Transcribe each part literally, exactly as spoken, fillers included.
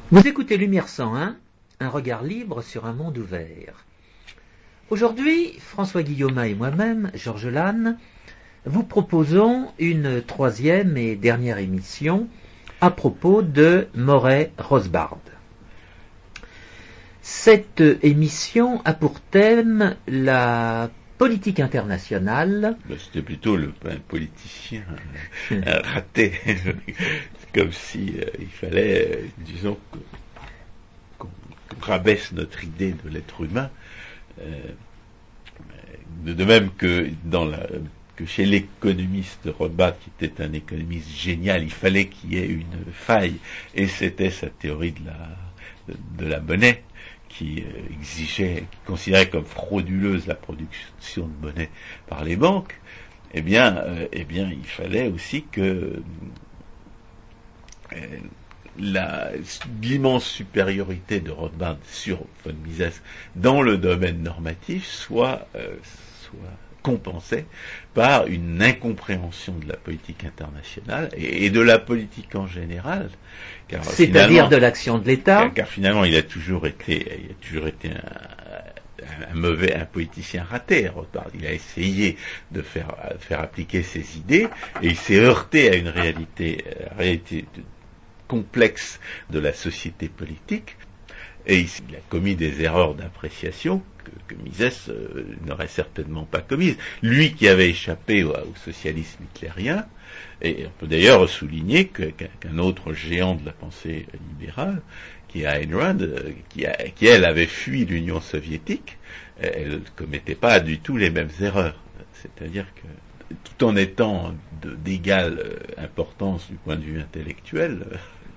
Vous écoutez Lumière cent un, un regard libre sur un monde ouvert. Aujourd'hui, François Guillaumat et moi-même, Georges Lannes, vous proposons une troisième et dernière émission à propos de Murray Rothbard. Cette émission a pour thème la politique internationale. Ben, c'était plutôt le, un politicien un raté. C'est comme si euh, il fallait, euh, disons, qu'on, qu'on rabaisse notre idée de l'être humain. Euh, de, de même que dans la que chez l'économiste Rothbard, qui était un économiste génial, il fallait qu'il y ait une faille, et c'était sa théorie de la de, de la monnaie, qui euh, exigeait, qui considérait comme frauduleuse la production de monnaie par les banques. Eh bien, euh, eh bien, il fallait aussi que euh, la, l'immense supériorité de Rothbard sur von Mises dans le domaine normatif soit, euh, soit compensée par une incompréhension de la politique internationale et, et de la politique en général. Car c'est-à-dire de l'action de l'État. Car, car finalement, il a toujours été, il a toujours été un, un mauvais, un politicien raté, Rothbard. Il a essayé de faire, de faire appliquer ses idées et il s'est heurté à une réalité, à une réalité complexe de la société politique. Et il a commis des erreurs d'appréciation que, que Mises euh, n'aurait certainement pas commises. Lui qui avait échappé au, au socialisme hitlérien, et on peut d'ailleurs souligner que, qu'un autre géant de la pensée libérale, qui est Ayn Rand, qui, a, qui elle avait fui l'Union soviétique, elle ne commettait pas du tout les mêmes erreurs. C'est-à-dire que tout en étant de, d'égale importance du point de vue intellectuel,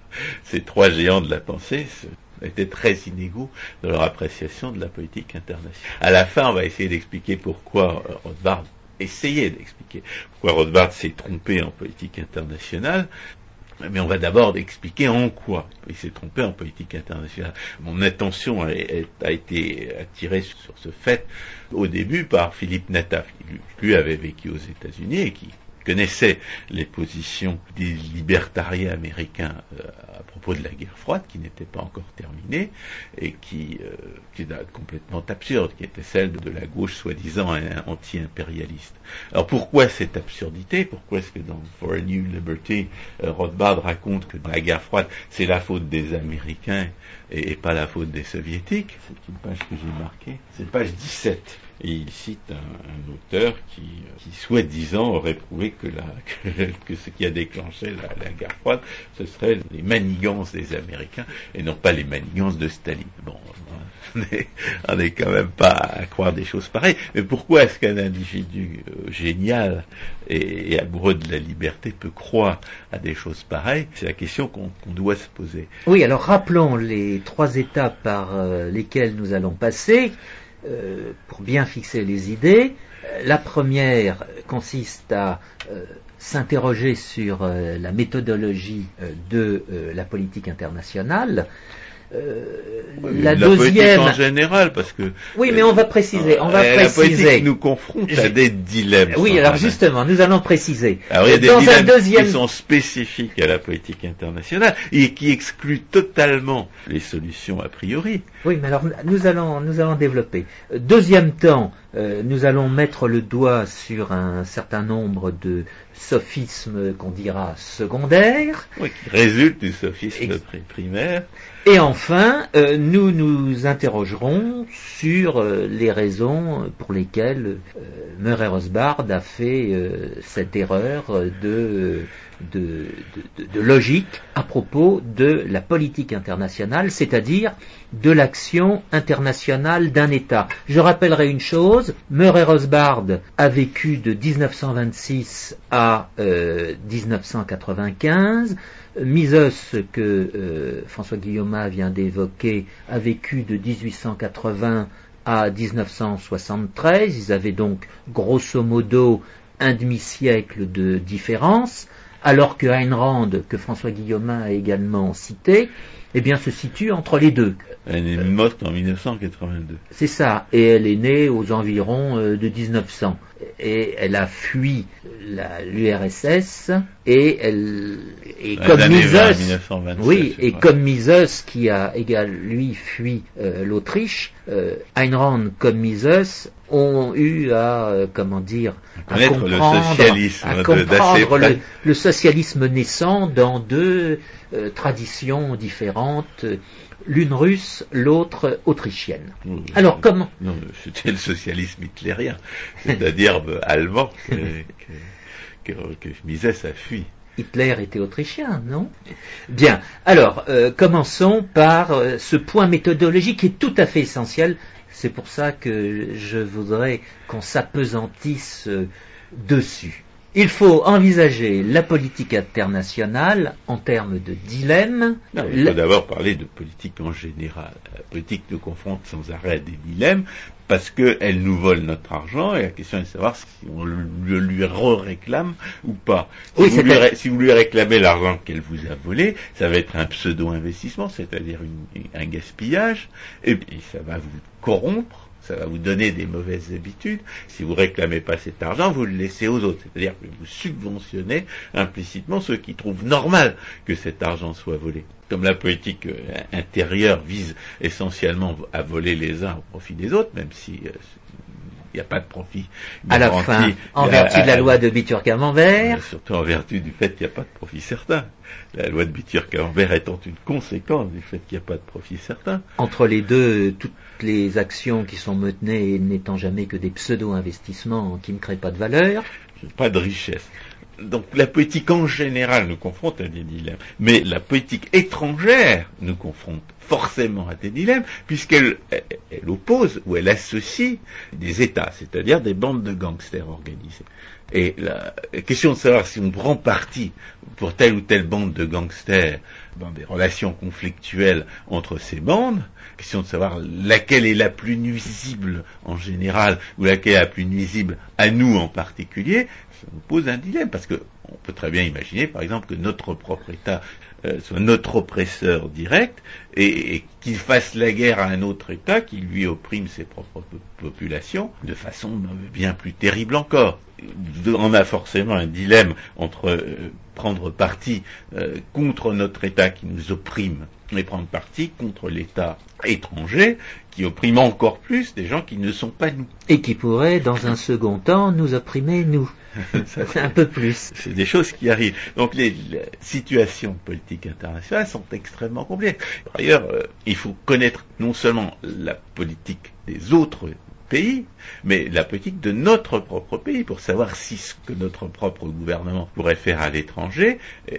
ces trois géants de la pensée étaient très inégaux dans leur appréciation de la politique internationale. À la fin, on va essayer d'expliquer pourquoi Rothbard, essayer d'expliquer pourquoi Rothbard s'est trompé en politique internationale, mais on va d'abord expliquer en quoi il s'est trompé en politique internationale. Mon attention a, a été attirée sur ce fait au début par Philippe Nataf, qui lui avait vécu aux États-Unis et qui connaissait les positions des libertariens américains euh, à propos de la guerre froide, qui n'était pas encore terminée, et qui, euh, qui était complètement absurde, qui était celle de la gauche soi-disant anti-impérialiste. Alors pourquoi cette absurdité? Pourquoi est-ce que dans For a New Liberty, euh, Rothbard raconte que dans la guerre froide, c'est la faute des Américains et, et pas la faute des Soviétiques? C'est une page que j'ai marquée, c'est page dix-sept. Et il cite un, un auteur qui, qui soi-disant aurait prouvé que, la, que, que ce qui a déclenché la, la guerre froide, ce serait les manigances des Américains et non pas les manigances de Staline. Bon, on n'est on n'est quand même pas à croire des choses pareilles. Mais pourquoi est-ce qu'un individu euh, génial et, et amoureux de la liberté peut croire à des choses pareilles? C'est la question qu'on, qu'on doit se poser. Oui, alors rappelons les trois étapes par euh, lesquelles nous allons passer. Euh, pour bien fixer les idées. La première consiste à euh, s'interroger sur euh, la méthodologie euh, de euh, la politique internationale. Euh, oui, la, la deuxième politique en général, parce que oui, mais on va préciser. On va euh, préciser. La politique nous confronte à des dilemmes. Oui, alors justement, nous allons préciser. Alors il y a des Dans dilemmes un deuxième... qui sont spécifiques à la politique internationale et qui excluent totalement les solutions a priori. Oui, mais alors nous allons nous allons développer. Deuxième temps, euh, nous allons mettre le doigt sur un certain nombre de sophismes qu'on dira secondaires. Oui, qui résultent du sophisme Ex- primaire. Et enfin, euh, nous nous interrogerons sur euh, les raisons pour lesquelles euh, Murray Rothbard a fait euh, cette erreur de, de, de, de logique à propos de la politique internationale, c'est-à-dire de l'action internationale d'un État. Je rappellerai une chose, Murray Rothbard a vécu de dix-neuf cent vingt-six à euh, dix-neuf cent quatre-vingt-quinze. Mises, que euh, François Guillaumat vient d'évoquer, a vécu de dix-huit cent quatre-vingts à dix-neuf cent soixante-treize. Ils avaient donc grosso modo un demi-siècle de différence, alors que Ayn Rand, que François Guillaumat a également cité, eh bien, se situe entre les deux. Elle est morte en dix-neuf cent quatre-vingt-deux. C'est ça, et elle est née aux environs euh, de dix-neuf cents. et elle a fui la, l'U R S S et elle et Dans comme les années vingt, Mises, mille neuf cent vingt-sept, oui, je et crois. comme Mises qui a égal lui fui euh, l'Autriche, euh, Ayn Rand comme Mises ont eu à euh, comment dire à Connaître le comprendre, socialisme à de- comprendre d'assez près. le, le socialisme naissant dans deux euh, traditions différentes, l'une russe, l'autre autrichienne. Oui, Alors oui. comment Non, c'était le socialisme hitlérien, c'est-à-dire euh, allemand, que, que, que, que Mises a fui. Hitler était autrichien, non? Bien. Alors, euh, commençons par euh, ce point méthodologique qui est tout à fait essentiel. C'est pour ça que je voudrais qu'on s'apesantisse euh, dessus. Il faut envisager la politique internationale en termes de dilemme. Non, il faut d'abord parler de politique en général. La politique nous confronte sans arrêt à des dilemmes parce qu'elle nous vole notre argent et la question est de savoir si on le, le lui réclame ou pas. Si, Oui, vous lui, ré- si vous lui réclamez l'argent qu'elle vous a volé, ça va être un pseudo-investissement, c'est-à-dire une, un gaspillage, et puis ça va vous corrompre. Ça va vous donner des mauvaises habitudes. Si vous réclamez pas cet argent, vous le laissez aux autres. C'est-à-dire que vous subventionnez implicitement ceux qui trouvent normal que cet argent soit volé. Comme la politique euh, intérieure vise essentiellement à voler les uns au profit des autres, même si euh, il n'y a pas de profit à la garanti, fin, en à- vertu à- de la à- loi de Bitur-Camembert. Surtout en vertu du fait qu'il n'y a pas de profit certain. La loi de Bitur-Camembert étant une conséquence du fait qu'il n'y a pas de profit certain. Entre les deux, toutes les actions qui sont menées n'étant jamais que des pseudo-investissements qui ne créent pas de valeur. Pas de richesse. Donc la politique en général nous confronte à des dilemmes, mais la politique étrangère nous confronte forcément à des dilemmes, puisqu'elle elle, elle oppose ou elle associe des États, c'est-à-dire des bandes de gangsters organisées. Et la question de savoir si on prend parti pour telle ou telle bande de gangsters dans des relations conflictuelles entre ces bandes, question de savoir laquelle est la plus nuisible en général ou laquelle est la plus nuisible à nous en particulier, ça nous pose un dilemme, parce que on peut très bien imaginer, par exemple, que notre propre État euh, soit notre oppresseur direct et, et qu'il fasse la guerre à un autre État qui lui opprime ses propres po- populations de façon euh, bien plus terrible encore. On a forcément un dilemme entre euh, prendre parti euh, contre notre État qui nous opprime et prendre parti contre l'État étranger qui opprime encore plus des gens qui ne sont pas nous. Et qui pourrait, dans un second temps, nous opprimer, nous. Ça, un peu plus. C'est des choses qui arrivent. Donc les, les situations politiques internationales sont extrêmement complexes. Par ailleurs, euh, il faut connaître non seulement la politique des autres pays, mais la politique de notre propre pays pour savoir si ce que notre propre gouvernement pourrait faire à l'étranger euh,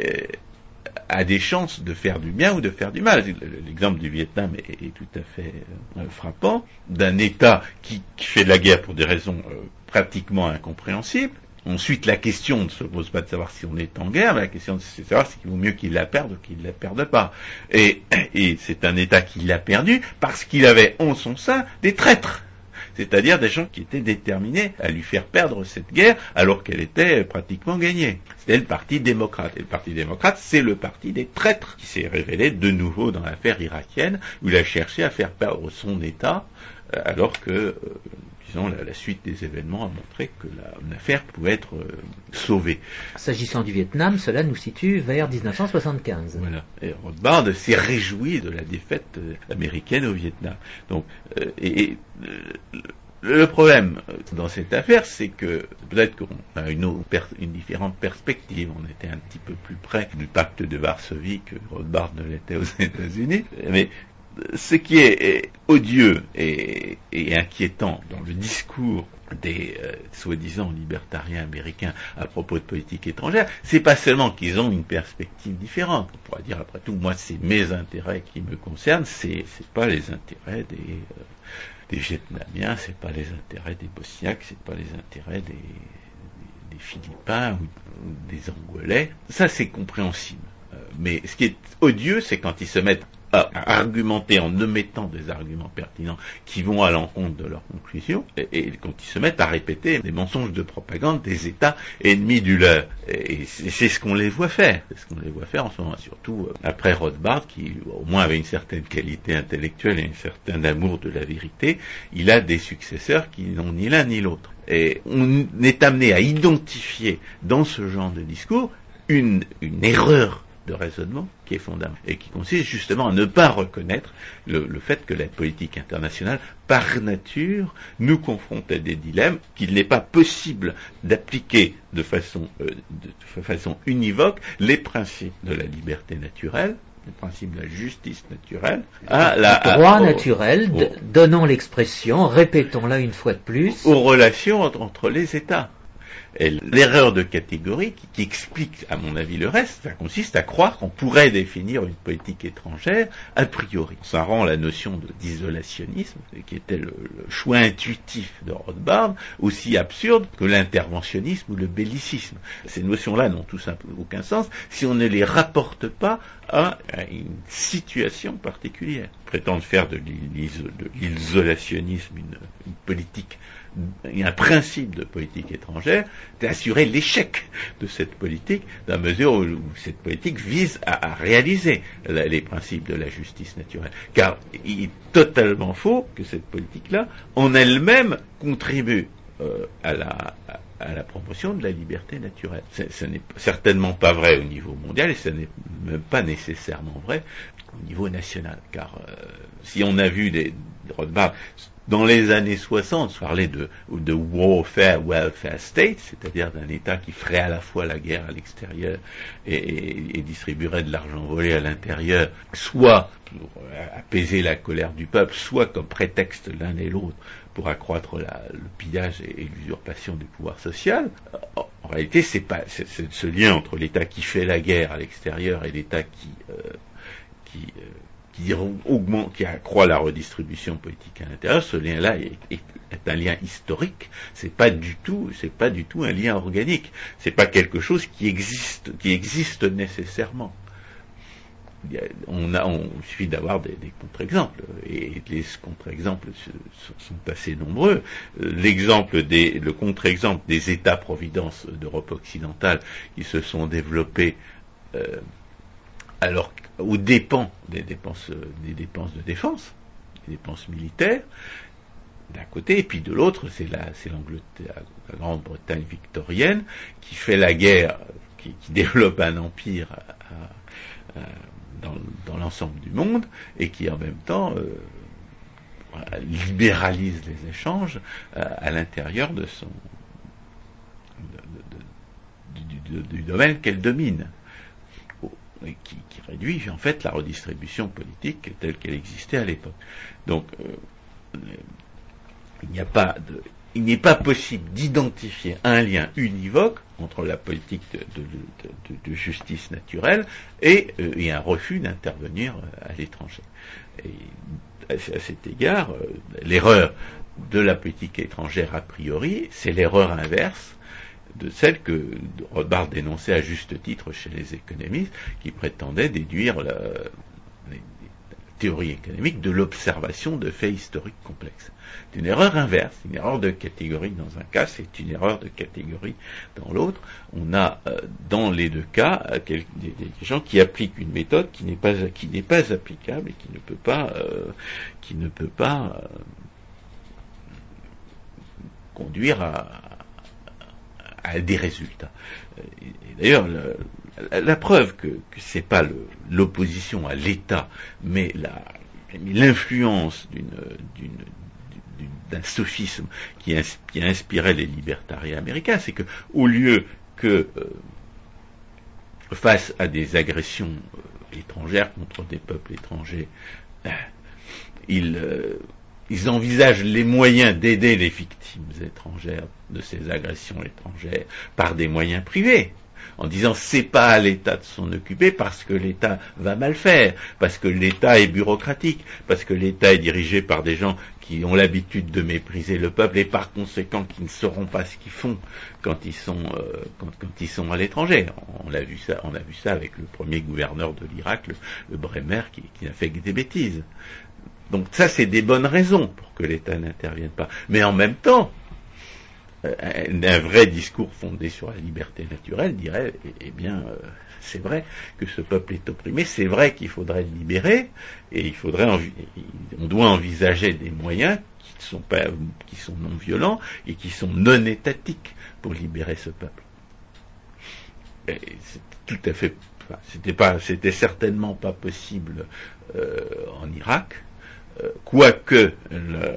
a des chances de faire du bien ou de faire du mal. L'exemple du Vietnam est, est tout à fait euh, frappant, d'un État qui, qui fait de la guerre pour des raisons euh, pratiquement incompréhensibles. Ensuite, la question ne se pose pas de savoir si on est en guerre, mais la question c'est de savoir s'il vaut mieux qu'il la perde ou qu'il ne la perde pas. Et, et c'est un État qui l'a perdu parce qu'il avait en son sein des traîtres. C'est-à-dire des gens qui étaient déterminés à lui faire perdre cette guerre alors qu'elle était pratiquement gagnée. C'était le Parti démocrate. Et le Parti démocrate, c'est le parti des traîtres qui s'est révélé de nouveau dans l'affaire irakienne où il a cherché à faire perdre son État alors que, euh, disons, la, la suite des événements a montré que l'affaire pouvait être euh, sauvée. S'agissant du Vietnam, cela nous situe vers dix-neuf cent soixante-quinze. Voilà. Et Rothbard s'est réjoui de la défaite euh, américaine au Vietnam. Donc, euh, et, et euh, le problème dans cette affaire, c'est que peut-être qu'on a une, autre, une différente perspective. On était un petit peu plus près du pacte de Varsovie que Rothbard ne l'était aux États-Unis. Mais ce qui est, est odieux et, et inquiétant dans le discours des euh, soi-disant libertariens américains à propos de politique étrangère, c'est pas seulement qu'ils ont une perspective différente. On pourrait dire après tout, moi c'est mes intérêts qui me concernent, c'est c'est pas les intérêts des euh, des Vietnamiens, c'est pas les intérêts des Bosniaques, c'est pas les intérêts des, des, des Philippins ou, ou des Angolais. Ça c'est compréhensible. Euh, mais ce qui est odieux, c'est quand ils se mettent à argumenter en omettant des arguments pertinents qui vont à l'encontre de leurs conclusions, et, et quand ils se mettent à répéter des mensonges de propagande des États ennemis du leur. Et c'est, c'est ce qu'on les voit faire, c'est ce qu'on les voit faire en ce moment, surtout euh, après Rothbard, qui au moins avait une certaine qualité intellectuelle et un certain amour de la vérité. Il a des successeurs qui n'ont ni l'un ni l'autre. Et on est amené à identifier dans ce genre de discours une, une erreur de raisonnement qui est fondamentale et qui consiste justement à ne pas reconnaître le, le fait que la politique internationale, par nature, nous confronte à des dilemmes qu'il n'est pas possible d'appliquer de façon, euh, de façon univoque les principes de la liberté naturelle, le principe de la justice naturelle, à la droit à, naturel, au, au, donnons l'expression, répétons-la une fois de plus, aux relations entre, entre les États. Et l'erreur de catégorie qui, qui explique, à mon avis, le reste, ça consiste à croire qu'on pourrait définir une politique étrangère a priori. Ça rend la notion de, d'isolationnisme, qui était le, le choix intuitif de Rothbard, aussi absurde que l'interventionnisme ou le bellicisme. Ces notions-là n'ont tout simplement aucun sens si on ne les rapporte pas à, à une situation particulière. Prétendre faire de, l'iso, de l'isolationnisme une, une politique, un principe de politique étrangère, d'assurer l'échec de cette politique, dans la mesure où, où cette politique vise à, à réaliser la, les principes de la justice naturelle. Car il est totalement faux que cette politique-là, en elle-même, contribue euh, à, la, à, à la promotion de la liberté naturelle. C'est, ce n'est certainement pas vrai au niveau mondial, et ce n'est même pas nécessairement vrai au niveau national. Car euh, si on a vu des, des Rothbard, dans les années soixante, on parlait de, de warfare, welfare state, c'est-à-dire d'un État qui ferait à la fois la guerre à l'extérieur et, et, et distribuerait de l'argent volé à l'intérieur, soit pour apaiser la colère du peuple, soit comme prétexte l'un et l'autre pour accroître la, le pillage et, et l'usurpation du pouvoir social. En, en réalité, c'est pas c'est, c'est ce lien entre l'État qui fait la guerre à l'extérieur et l'État qui euh, qui euh, qui augmente, qui accroît la redistribution politique à l'intérieur. Ce lien-là est, est, est un lien historique. C'est pas du tout, c'est pas du tout un lien organique. C'est pas quelque chose qui existe, qui existe nécessairement. Il, y a, on a, on, il suffit d'avoir des, des contre-exemples, et les contre-exemples sont assez nombreux. L'exemple des, le contre-exemple des États-providence d'Europe occidentale qui se sont développés euh, alors aux dépens des dépenses, des dépenses de défense, des dépenses militaires, d'un côté, et puis de l'autre, c'est la, c'est l'Angleterre, la Grande-Bretagne victorienne, qui fait la guerre, qui, qui développe un empire à, à, dans, dans l'ensemble du monde, et qui en même temps euh, libéralise les échanges à, à l'intérieur de son de, de, de, du, du domaine qu'elle domine. Et qui, qui réduit en fait la redistribution politique telle qu'elle existait à l'époque. Donc euh, il n'y a pas de, il n'est pas possible d'identifier un lien univoque entre la politique de, de, de, de justice naturelle et, euh, et un refus d'intervenir à l'étranger. Et à, à cet égard, euh, l'erreur de la politique étrangère a priori, c'est l'erreur inverse de celle que Rothbard dénonçait à juste titre chez les économistes, qui prétendaient déduire la, la théorie économique de l'observation de faits historiques complexes. C'est une erreur inverse, une erreur de catégorie dans un cas, c'est une erreur de catégorie dans l'autre. On a euh, dans les deux cas euh, des, des gens qui appliquent une méthode qui n'est pas qui n'est pas applicable et qui ne peut pas euh, qui ne peut pas euh, conduire à à des résultats. Et d'ailleurs, le, la, la preuve que, que c'est pas le, l'opposition à l'État, mais la, l'influence d'une, d'une, d'une, d'un sophisme qui, ins, qui inspirait les libertariens américains, c'est que au lieu que euh, face à des agressions euh, étrangères contre des peuples étrangers, euh, ils euh, Ils envisagent les moyens d'aider les victimes étrangères de ces agressions étrangères par des moyens privés. en disant c'est pas à l'État de s'en occuper parce que l'État va mal faire, parce que l'État est bureaucratique, parce que l'État est dirigé par des gens qui ont l'habitude de mépriser le peuple et par conséquent qui ne sauront pas ce qu'ils font quand ils sont euh, quand, quand ils sont à l'étranger. On a vu ça, on a vu ça avec le premier gouverneur de l'Irak, le, le Bremer, qui, qui n'a fait que des bêtises. Donc ça, c'est des bonnes raisons pour que l'État n'intervienne pas. Mais en même temps, un, un vrai discours fondé sur la liberté naturelle dirait, eh, eh bien, euh, c'est vrai que ce peuple est opprimé, c'est vrai qu'il faudrait le libérer, et il faudrait, envi- on doit envisager des moyens qui sont pas, qui sont non violents et qui sont non étatiques pour libérer ce peuple. Et c'est tout à fait, enfin, c'était pas, c'était certainement pas possible euh, en Irak. Quoique le,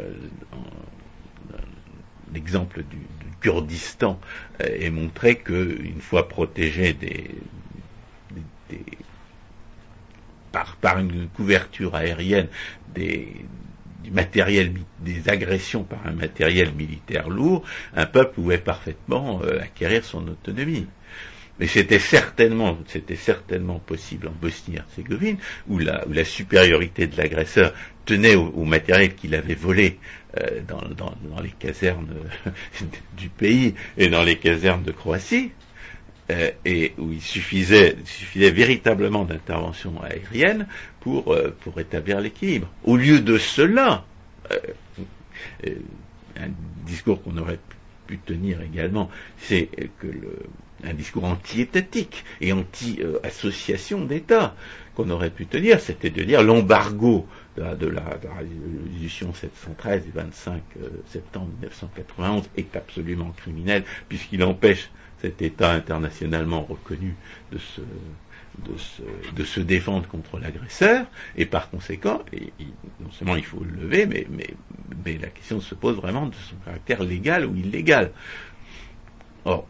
l'exemple du, du Kurdistan ait montré qu'une fois protégé des, des, des, par, par une couverture aérienne des, du matériel, des agressions par un matériel militaire lourd, un peuple pouvait parfaitement euh, acquérir son autonomie. Mais c'était certainement, c'était certainement possible en Bosnie-Herzégovine, où la, où la supériorité de l'agresseur tenait au, au matériel qu'il avait volé euh, dans, dans, dans les casernes du pays et dans les casernes de Croatie, euh, et où il suffisait, il suffisait véritablement d'intervention aérienne pour, euh, pour établir l'équilibre. Au lieu de cela, euh, euh, un discours qu'on aurait pu tenir également, c'est que le un discours anti-étatique et anti-association d'État qu'on aurait pu tenir, c'était de dire l'embargo de la, de la, de la résolution sept cent treize du vingt-cinq septembre mille neuf cent quatre-vingt-onze est absolument criminel puisqu'il empêche cet État internationalement reconnu de se, de se, de se défendre contre l'agresseur, et par conséquent, et, et, non seulement il faut le lever, mais, mais, mais la question se pose vraiment de son caractère légal ou illégal. Or,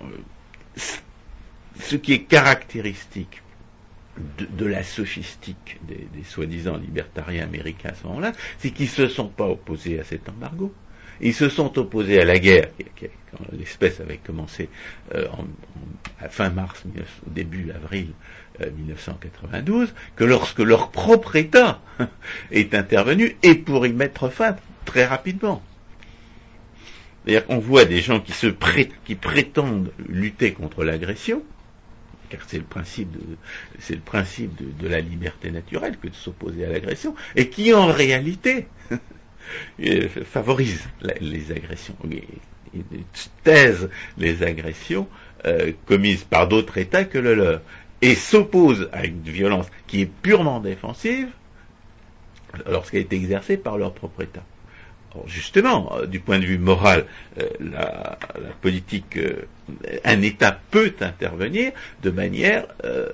ce qui est caractéristique de, de la sophistique des, des soi-disant libertariens américains à ce moment-là, c'est qu'ils ne se sont pas opposés à cet embargo. Ils se sont opposés à la guerre, quand l'espèce avait commencé euh, en, en, à fin mars, au début avril euh, mille neuf cent quatre-vingt-douze, que lorsque leur propre État est intervenu, et pour y mettre fin très rapidement. C'est-à-dire qu'on voit des gens qui, se pré- qui prétendent lutter contre l'agression, car c'est le principe de, c'est le principe de, de la liberté naturelle que de s'opposer à l'agression, et qui en réalité favorisent la, les agressions, et, et taisent les agressions euh, commises par d'autres États que le leur, et s'opposent à une violence qui est purement défensive lorsqu'elle est exercée par leur propre État. Alors justement, euh, du point de vue moral, euh, la, la politique, euh, un État peut intervenir de manière, euh,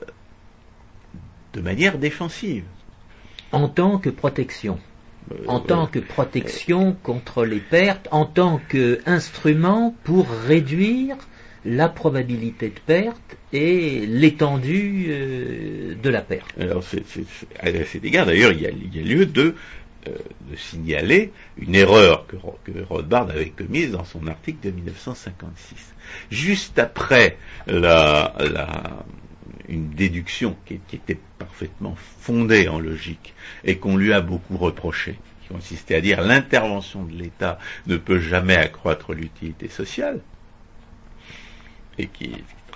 de manière défensive. En tant que protection. Euh, en tant que protection contre les pertes, en tant qu'instrument pour réduire la probabilité de perte et l'étendue euh, de la perte. Alors, c'est, c'est, c'est, à cet égard, d'ailleurs, il y a, il y a lieu de de signaler une erreur que, que Rothbard avait commise dans son article de mille neuf cent cinquante-six. Juste après la, la, une déduction qui, qui était parfaitement fondée en logique et qu'on lui a beaucoup reproché, qui consistait à dire l'intervention de l'État ne peut jamais accroître l'utilité sociale, et qui,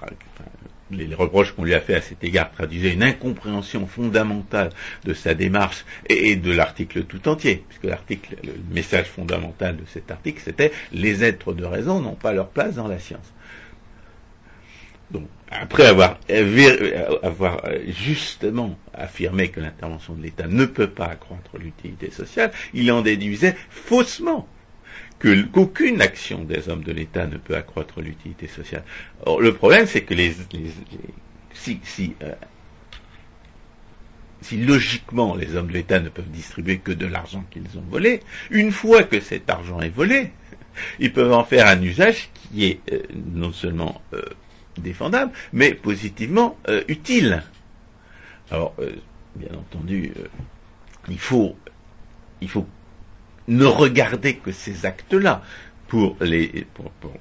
les reproches qu'on lui a fait à cet égard traduisaient une incompréhension fondamentale de sa démarche et de l'article tout entier, puisque l'article, le message fondamental de cet article, c'était « les êtres de raison n'ont pas leur place dans la science ». Donc, après avoir, avoir justement affirmé que l'intervention de l'État ne peut pas accroître l'utilité sociale, il en déduisait faussement Que, qu'aucune action des hommes de l'État ne peut accroître l'utilité sociale. Or, le problème, c'est que les, les, les si, si, euh, si logiquement les hommes de l'État ne peuvent distribuer que de l'argent qu'ils ont volé, une fois que cet argent est volé, ils peuvent en faire un usage qui est euh, non seulement euh, défendable, mais positivement euh, utile. Alors, euh, bien entendu, euh, il faut, il faut ne regarder que ces actes-là pour les pour, pour, pour,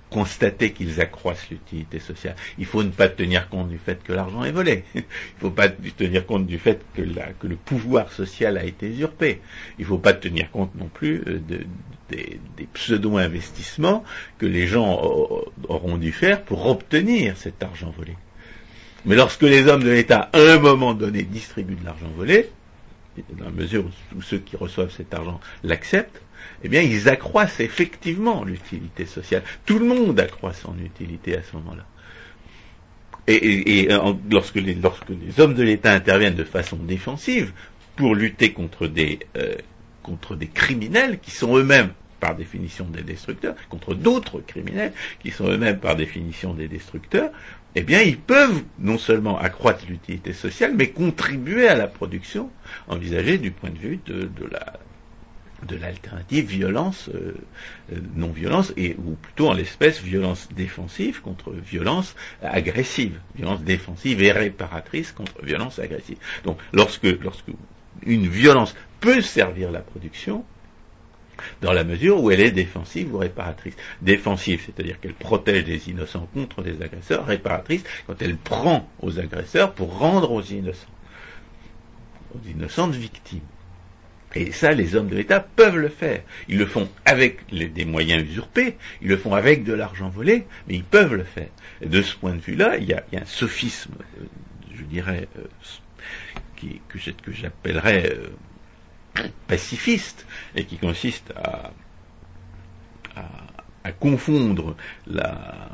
constater qu'ils accroissent l'utilité sociale. Il faut ne pas tenir compte du fait que l'argent est volé. Il ne faut pas tenir compte du fait que, la, que le pouvoir social a été usurpé. Il ne faut pas tenir compte non plus de, de, des, des pseudo-investissements que les gens auront dû faire pour obtenir cet argent volé. Mais lorsque les hommes de l'État, à un moment donné, distribuent de l'argent volé, dans la mesure où ceux qui reçoivent cet argent l'acceptent, eh bien, ils accroissent effectivement l'utilité sociale. Tout le monde accroît son utilité à ce moment-là. Et, et, et en, lorsque, les, lorsque les hommes de l'État interviennent de façon défensive pour lutter contre des, euh, contre des criminels qui sont eux-mêmes, par définition, des destructeurs, contre d'autres criminels qui sont eux-mêmes, par définition, des destructeurs, eh bien, ils peuvent non seulement accroître l'utilité sociale, mais contribuer à la production envisagée du point de vue de, de la de l'alternative violence, euh, non-violence, et ou plutôt en l'espèce violence défensive contre violence agressive, violence défensive et réparatrice contre violence agressive. Donc, lorsque, lorsque une violence peut servir la production, dans la mesure où elle est défensive ou réparatrice. Défensive, c'est-à-dire qu'elle protège les innocents contre les agresseurs, réparatrice, quand elle prend aux agresseurs pour rendre aux innocents, aux innocentes victimes. Et ça, les hommes de l'État peuvent le faire. Ils le font avec les, des moyens usurpés, ils le font avec de l'argent volé, mais ils peuvent le faire. Et de ce point de vue-là, il y a, il y a un sophisme, euh, je dirais, euh, qui, que, je, que j'appellerais euh, pacifiste, et qui consiste à, à, à confondre la,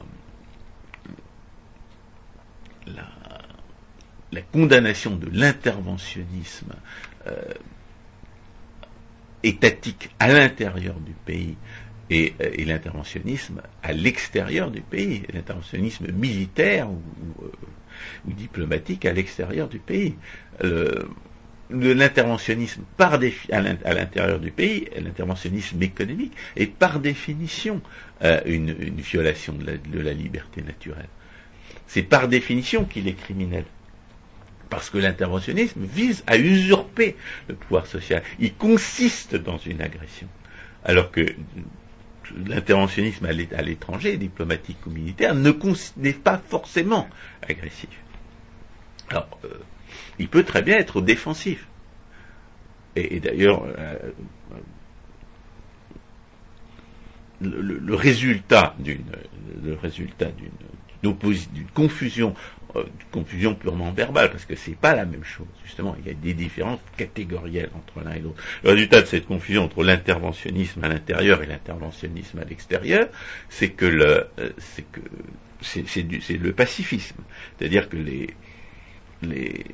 la, la condamnation de l'interventionnisme euh, étatique à l'intérieur du pays et, et l'interventionnisme à l'extérieur du pays, l'interventionnisme militaire ou, ou, ou diplomatique à l'extérieur du pays. Le, le, l'interventionnisme par défi, à l'intérieur du pays, l'interventionnisme économique est par définition euh, une, une violation de la, de la liberté naturelle. C'est par définition qu'il est criminel. Parce que l'interventionnisme vise à usurper le pouvoir social. Il consiste dans une agression. Alors que l'interventionnisme à l'étranger, diplomatique ou militaire, ne n'est pas forcément agressif. Alors, euh, il peut très bien être défensif. Et, et d'ailleurs, euh, le, le, le résultat d'une, le résultat d'une, d'une, opposi- d'une confusion confusion purement verbale, parce que c'est pas la même chose. Justement, il y a des différences catégorielles entre l'un et l'autre. Le résultat de cette confusion entre l'interventionnisme à l'intérieur et l'interventionnisme à l'extérieur, c'est que le, c'est que c'est, c'est, du, c'est le pacifisme. C'est-à-dire que les, les,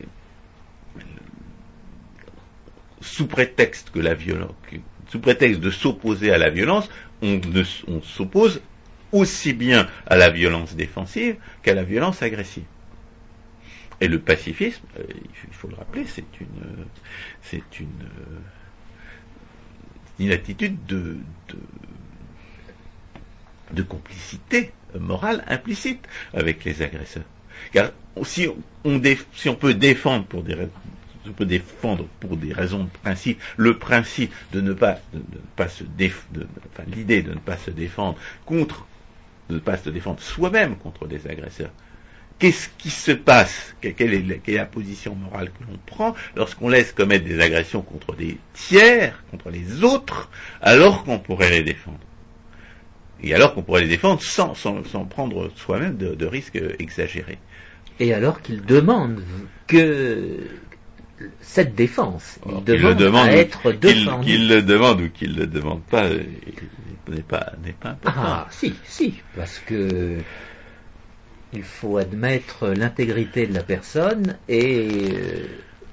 sous prétexte que la violence, sous prétexte de s'opposer à la violence, on, on s'oppose aussi bien à la violence défensive qu'à la violence agressive. Et le pacifisme, euh, il faut le rappeler, c'est une, c'est une, euh, une attitude de, de, de complicité morale implicite avec les agresseurs. Car si on, déf- si on peut défendre pour des raisons, on peut défendre pour des raisons de principe, le principe de ne pas, de, de ne pas se déf- de, enfin l'idée de ne pas se défendre contre, de ne pas se défendre soi-même contre des agresseurs. Qu'est-ce qui se passe? Quelle est, la, quelle est la position morale que l'on prend lorsqu'on laisse commettre des agressions contre des tiers, contre les autres, alors qu'on pourrait les défendre? Et alors qu'on pourrait les défendre sans, sans, sans prendre soi-même de, de risques exagérés. Et alors qu'il demande que cette défense, il alors, demande, qu'il le demande à être défendu. Qu'il, qu'il le demande ou qu'il ne le demande pas, n'est pas, n'est pas important. Ah, si, si, parce que il faut admettre l'intégrité de la personne et euh,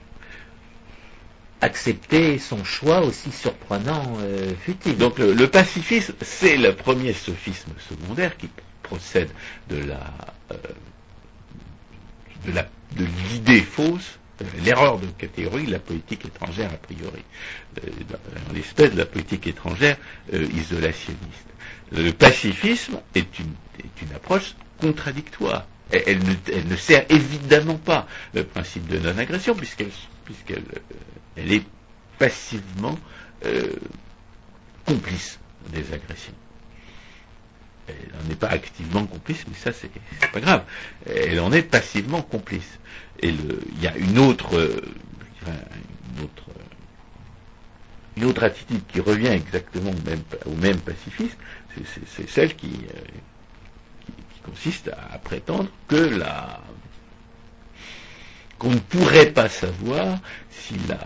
accepter son choix, aussi surprenant euh, fut-il. Donc le, le pacifisme, c'est le premier sophisme secondaire qui procède de la, euh, de, la de l'idée fausse, euh, l'erreur de catégorie de la politique étrangère a priori, euh, dans l'espèce de la politique étrangère euh, isolationniste. Le pacifisme est une, est une approche contradictoire. Elle, elle, ne, elle ne sert évidemment pas le principe de non-agression puisqu'elle, puisqu'elle euh, elle est passivement euh, complice des agressions. elle n'en est pas activement complice, mais ça c'est, c'est pas grave. Elle en est passivement complice. Et le, il y a une autre, euh, une autre, une autre attitude qui revient exactement au même, au même pacifisme, c'est, c'est, c'est celle qui, euh, qui, qui consiste à, à prétendre que la, qu'on ne pourrait pas savoir si la,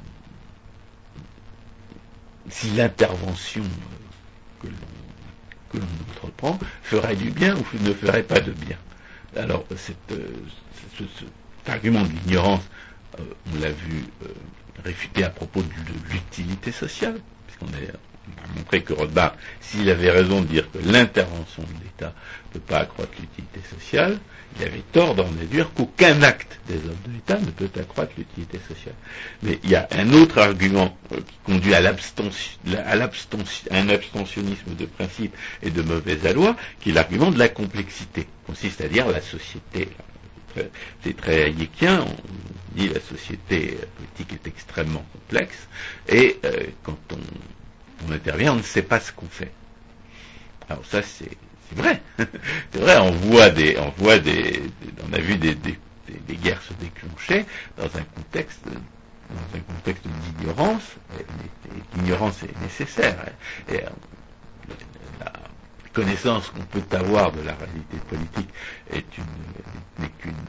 si l'intervention que l'on que l'on entreprend ferait du bien ou ne ferait pas de bien. Alors, cette, euh, ce, ce, cet argument de l'ignorance, euh, on l'a vu euh, réfuté à propos de, de l'utilité sociale, puisqu'on a, on a montré que Rothbard, s'il avait raison de dire que l'intervention de l'État ne peut pas accroître l'utilité sociale, il avait tort d'en déduire qu'aucun acte des hommes de l'État ne peut accroître l'utilité sociale. Mais il y a un autre argument euh, qui conduit à, l'abstention, à, l'abstention, à un abstentionnisme de principe et de mauvaise aloi, qui est l'argument de la complexité, qui consiste à dire la société. C'est très hayekien, on dit la société politique est extrêmement complexe, et euh, quand on, on intervient, on ne sait pas ce qu'on fait. Alors ça, c'est C'est vrai, c'est vrai, on voit des, on voit des, on a vu des, des, des guerres se déclencher dans un contexte, dans un contexte d'ignorance, et, et l'ignorance est nécessaire, et, et la connaissance qu'on peut avoir de la réalité politique est une, n'est qu'une,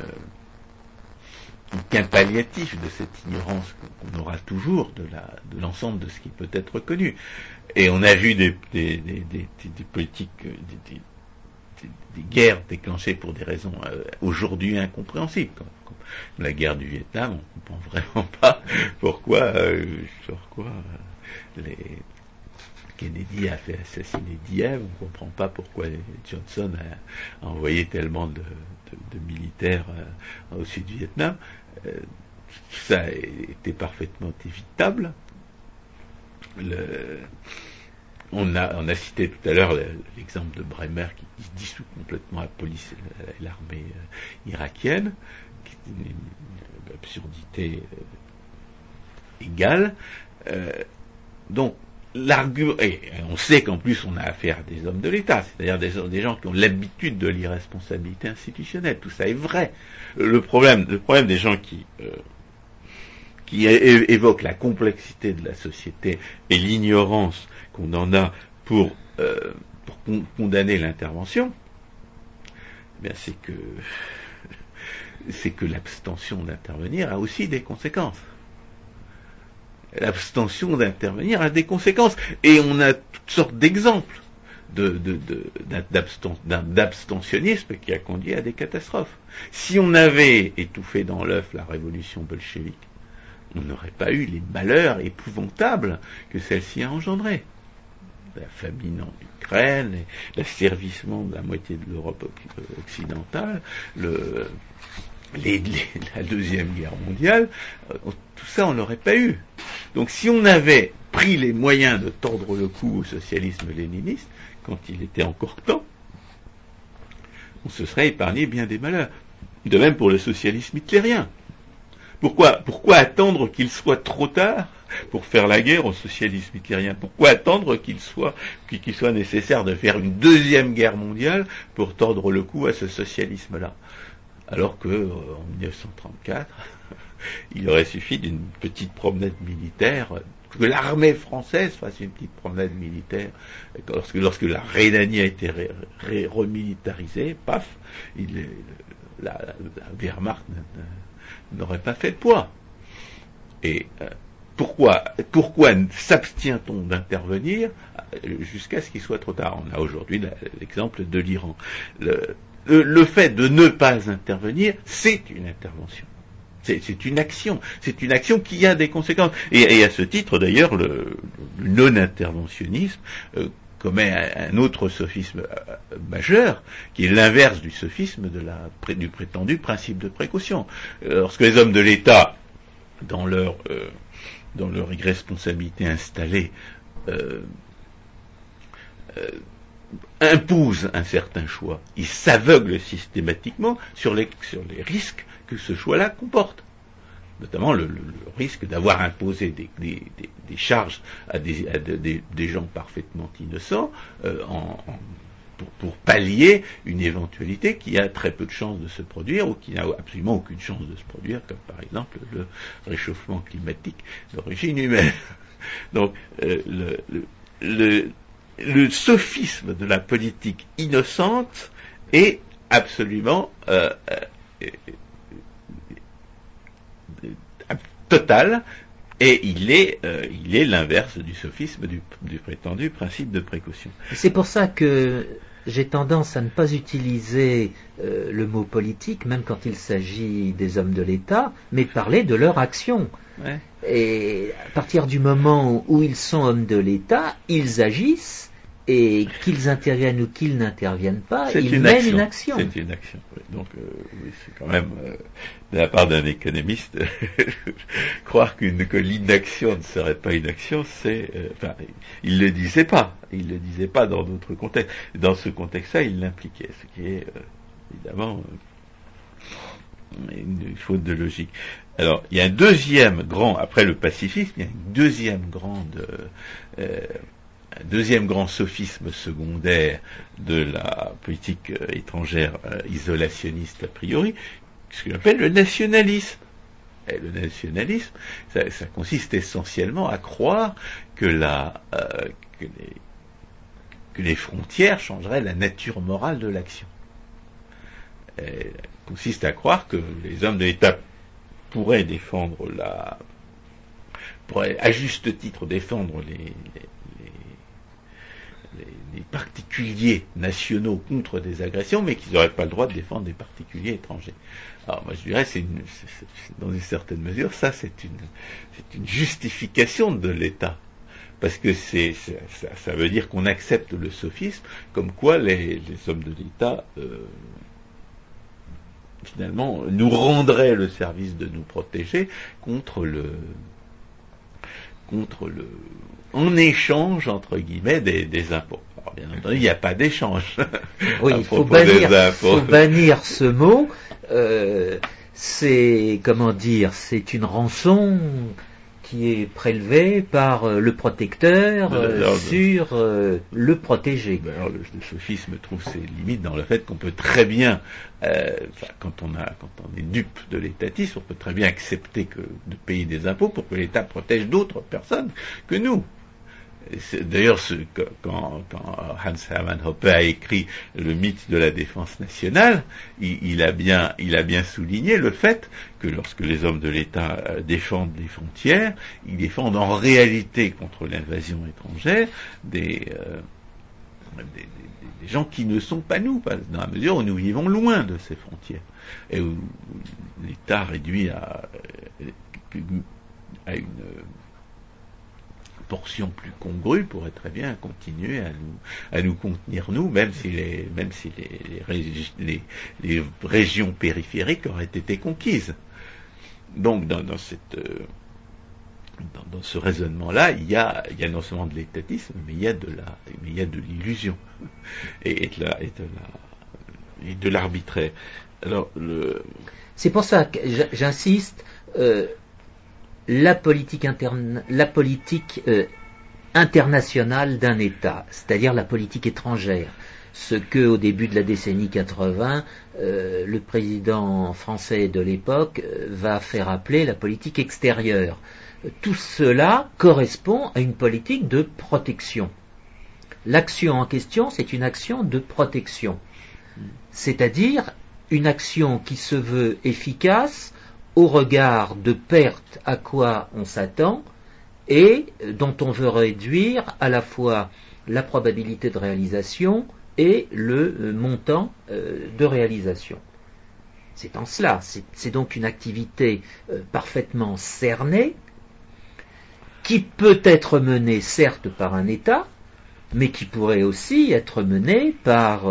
qu'un palliatif de cette ignorance qu'on aura toujours de la, de l'ensemble de ce qui peut être connu. Et on a vu des, des, des, des, des politiques, des, des, des guerres déclenchées pour des raisons euh, aujourd'hui incompréhensibles, comme, comme la guerre du Vietnam. On ne comprend vraiment pas pourquoi, euh, pourquoi euh, les Kennedy a fait assassiner Dieppe. On ne comprend pas pourquoi Johnson a, a envoyé tellement de, de, de militaires euh, au sud du Vietnam. Euh, ça était parfaitement évitable. Le, on, a, on a cité tout à l'heure l'exemple de Bremer qui, qui dissout complètement la police et l'armée euh, irakienne, qui est une, une absurdité euh, égale. Euh, donc, l'argument, et on sait qu'en plus on a affaire à des hommes de l'État, c'est-à-dire des, des gens qui ont l'habitude de l'irresponsabilité institutionnelle. Tout ça est vrai. Le problème, le problème des gens qui euh, qui évoque la complexité de la société et l'ignorance qu'on en a pour, euh, pour con- condamner l'intervention, eh bien c'est que c'est que l'abstention d'intervenir a aussi des conséquences. L'abstention d'intervenir a des conséquences, et on a toutes sortes d'exemples de, de, de, d'absten, d'abstentionnisme qui a conduit à des catastrophes. Si on avait étouffé dans l'œuf la révolution bolchevique, on n'aurait pas eu les malheurs épouvantables que celle-ci a engendrés. La famine en Ukraine, l'asservissement de la moitié de l'Europe occidentale, le, les, les, la Deuxième Guerre mondiale, tout ça on n'aurait pas eu. Donc si on avait pris les moyens de tordre le cou au socialisme léniniste, quand il était encore temps, on se serait épargné bien des malheurs. De même pour le socialisme hitlérien. Pourquoi, pourquoi attendre qu'il soit trop tard pour faire la guerre au socialisme hitlérien? Pourquoi attendre qu'il soit, qu'il soit nécessaire de faire une deuxième guerre mondiale pour tordre le cou à ce socialisme-là? Alors que, euh, en dix-neuf cent trente-quatre, il aurait suffi d'une petite promenade militaire, que l'armée française fasse une petite promenade militaire, lorsque, lorsque la Rhénanie a été ré, ré, remilitarisée, paf, il, la, la, la Wehrmacht n'aurait pas fait de poids. Et euh, pourquoi, pourquoi s'abstient-on d'intervenir jusqu'à ce qu'il soit trop tard? On a aujourd'hui l'exemple de l'Iran. Le, le, le fait de ne pas intervenir, c'est une intervention. C'est, c'est une action. C'est une action qui a des conséquences. Et, et à ce titre, d'ailleurs, le, le non-interventionnisme euh, commet un, un autre sophisme euh, majeur, qui est l'inverse du sophisme de la, du prétendu principe de précaution. Euh, lorsque les hommes de l'État, dans leur, euh, dans leur irresponsabilité installée, euh, euh, imposent un certain choix, ils s'aveuglent systématiquement sur les, sur les risques que ce choix-là comporte. Notamment le, le, le risque d'avoir imposé des, des, des, des charges à, des, à des, des gens parfaitement innocents euh, en, en, pour, pour pallier une éventualité qui a très peu de chances de se produire ou qui n'a absolument aucune chance de se produire, comme par exemple le réchauffement climatique d'origine humaine. Donc euh, le, le, le, le sophisme de la politique innocente est absolument euh, euh, euh, total, et il est, euh, il est l'inverse du sophisme du, du prétendu principe de précaution. C'est pour ça que j'ai tendance à ne pas utiliser euh, le mot politique, même quand il s'agit des hommes de l'État, mais de parler de leur action. Ouais. Et à partir du moment où ils sont hommes de l'État, ils agissent, et qu'ils interviennent ou qu'ils n'interviennent pas, c'est ils une mènent action. une action. C'est une action. Oui. Donc, euh, oui, c'est quand même, euh, de la part d'un économiste, croire qu'une, que l'inaction ne serait pas une action, c'est, euh, enfin, il le disait pas. Il le disait pas dans d'autres contextes. Dans ce contexte-là, il l'impliquait, ce qui est, euh, évidemment, euh, une faute de logique. Alors, il y a un deuxième grand, après le pacifisme, il y a une deuxième grande, euh, un deuxième grand sophisme secondaire de la politique euh, étrangère euh, isolationniste a priori, ce qu'on appelle le nationalisme. Et le nationalisme, ça, ça consiste essentiellement à croire que, la, euh, que, les, que les frontières changeraient la nature morale de l'action. Et, ça consiste à croire que les hommes de l'État pourraient défendre la, pourraient à juste titre défendre les, les Les, les particuliers nationaux contre des agressions, mais qu'ils n'auraient pas le droit de défendre des particuliers étrangers. Alors moi je dirais, c'est, une, c'est, c'est dans une certaine mesure, ça c'est une, c'est une justification de l'État, parce que c'est, c'est ça, ça veut dire qu'on accepte le sophisme, comme quoi les, les hommes de l'État euh, finalement nous rendraient le service de nous protéger contre le contre le en échange, entre guillemets, des, des impôts. Alors, bien entendu, il n'y a pas d'échange. Oui, il faut bannir, faut bannir ce mot. Euh, c'est, comment dire, c'est une rançon qui est prélevée par euh, le protecteur euh, alors, sur euh, le protégé. Alors, le, le sophisme trouve ses limites dans le fait qu'on peut très bien, euh, quand on a, quand on est dupe de l'étatisme, on peut très bien accepter que, de payer des impôts pour que l'État protège d'autres personnes que nous. C'est, d'ailleurs, ce, quand, quand Hans Hermann Hoppe a écrit le mythe de la défense nationale, il, il, a bien, il a bien souligné le fait que lorsque les hommes de l'État défendent les frontières, ils défendent en réalité contre l'invasion étrangère des, euh, des, des, des gens qui ne sont pas nous, dans la mesure où nous vivons loin de ces frontières, et où, où l'État réduit à, à une portion plus congrue pourrait très bien continuer à nous, à nous contenir nous, même si les, même si les, les, régi- les, les régions périphériques auraient été conquises. Donc, dans, dans cette, euh, dans, dans ce raisonnement-là, il y a, il y a non seulement de l'étatisme, mais il y a de la, mais il y a de l'illusion et, et de la, et de la, et de l'arbitraire. Alors, le... c'est pour ça que j'insiste. Euh, La politique, interne, la politique euh, internationale d'un État, c'est-à-dire la politique étrangère, ce que au début de la décennie quatre-vingts, euh, le président français de l'époque euh, va faire appeler la politique extérieure. Tout cela correspond à une politique de protection. L'action en question, c'est une action de protection, c'est-à-dire une action qui se veut efficace au regard de pertes à quoi on s'attend et dont on veut réduire à la fois la probabilité de réalisation et le montant de réalisation. C'est en cela, c'est, c'est donc une activité parfaitement cernée qui peut être menée certes par un État, mais qui pourrait aussi être menée par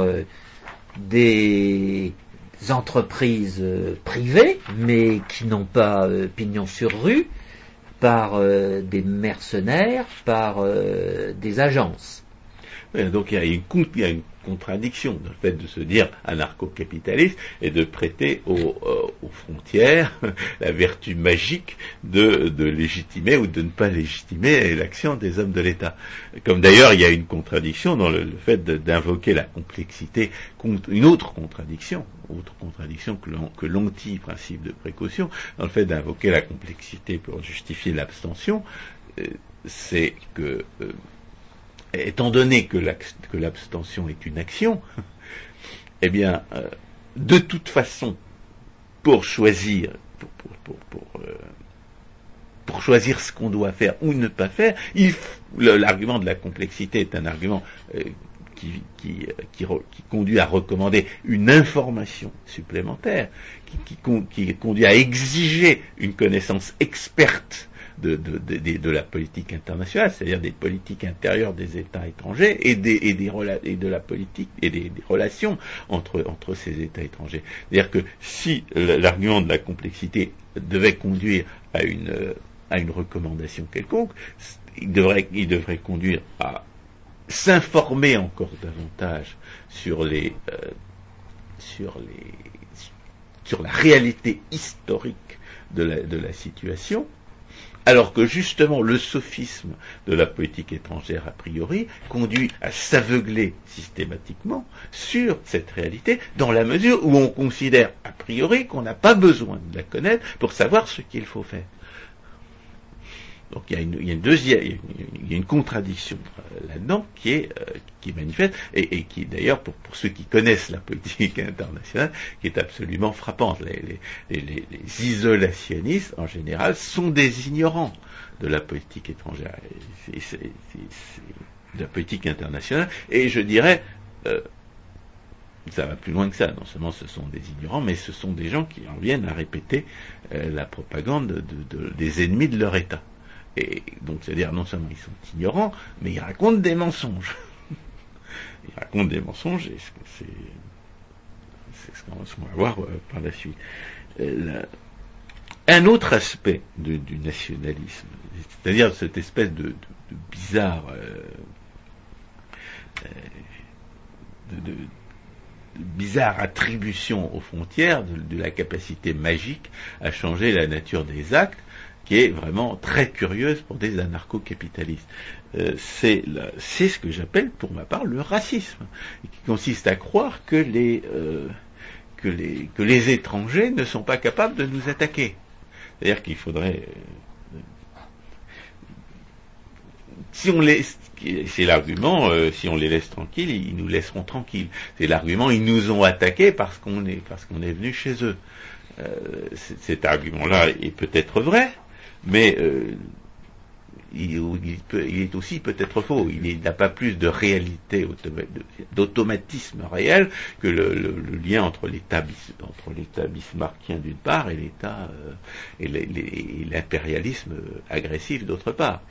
des entreprises privées, mais qui n'ont pas euh, pignon sur rue, par euh, des mercenaires, par euh, des agences. Donc il y a une, il y a une contradiction dans le fait de se dire anarcho-capitaliste et de prêter aux, euh, aux frontières la vertu magique de, de légitimer ou de ne pas légitimer l'action des hommes de l'État. Comme d'ailleurs il y a une contradiction dans le, le fait de, d'invoquer la complexité, une autre contradiction, autre contradiction que, l'on, que l'anti-principe de précaution, dans le fait d'invoquer la complexité pour justifier l'abstention, euh, c'est que euh, étant donné que, que l'abstention est une action, eh bien, euh, de toute façon, pour choisir, pour, pour, pour, pour, euh, pour choisir ce qu'on doit faire ou ne pas faire, il, le, l'argument de la complexité est un argument euh, qui, qui, qui, qui conduit à recommander une information supplémentaire, qui, qui, qui conduit à exiger une connaissance experte De, de, de, de la politique internationale, c'est-à-dire des politiques intérieures des États étrangers et, des, et, des rela- et de la politique et des, des relations entre, entre ces États étrangers. C'est-à-dire que si l'argument de la complexité devait conduire à une, à une recommandation quelconque, il devrait, il devrait conduire à s'informer encore davantage sur les, euh, sur les, sur la réalité historique de la, de la situation. Alors que justement le sophisme de la politique étrangère a priori conduit à s'aveugler systématiquement sur cette réalité dans la mesure où on considère a priori qu'on n'a pas besoin de la connaître pour savoir ce qu'il faut faire. Donc il y a une, il y a une deuxième, il y a une contradiction là-dedans qui est, euh, qui est manifeste et, et qui d'ailleurs pour, pour ceux qui connaissent la politique internationale, qui est absolument frappante. Les, les, les, les isolationnistes en général sont des ignorants de la politique étrangère, c'est, c'est, c'est, c'est de la politique internationale. Et je dirais, euh, ça va plus loin que ça. Non seulement ce sont des ignorants, mais ce sont des gens qui en viennent à répéter euh, la propagande de, de, de, des ennemis de leur État. Et donc, c'est-à-dire, non seulement ils sont ignorants, mais ils racontent des mensonges. Ils racontent des mensonges, et c'est, c'est ce qu'on va voir euh, par la suite. Euh, la, un autre aspect de, du nationalisme, c'est-à-dire cette espèce de, de, de bizarre, euh, de, de, de bizarre attribution aux frontières de, de la capacité magique à changer la nature des actes, qui est vraiment très curieuse pour des anarcho-capitalistes. Euh, c'est, la, c'est ce que j'appelle, pour ma part, le racisme, qui consiste à croire que les, euh, que les, que les étrangers ne sont pas capables de nous attaquer. C'est-à-dire qu'il faudrait... Euh, si on les... C'est l'argument, euh, si on les laisse tranquilles, ils nous laisseront tranquilles. C'est l'argument, ils nous ont attaqués parce qu'on est, parce qu'on est venu chez eux. Euh, cet argument-là est peut-être vrai, mais euh, il, il, peut, il est aussi peut-être faux. Il, il n'a pas plus de réalité, d'automatisme réel que le, le, le lien entre l'État, entre l'État bismarckien d'une part et l'État euh, et, les, les, et l'impérialisme agressif d'autre part.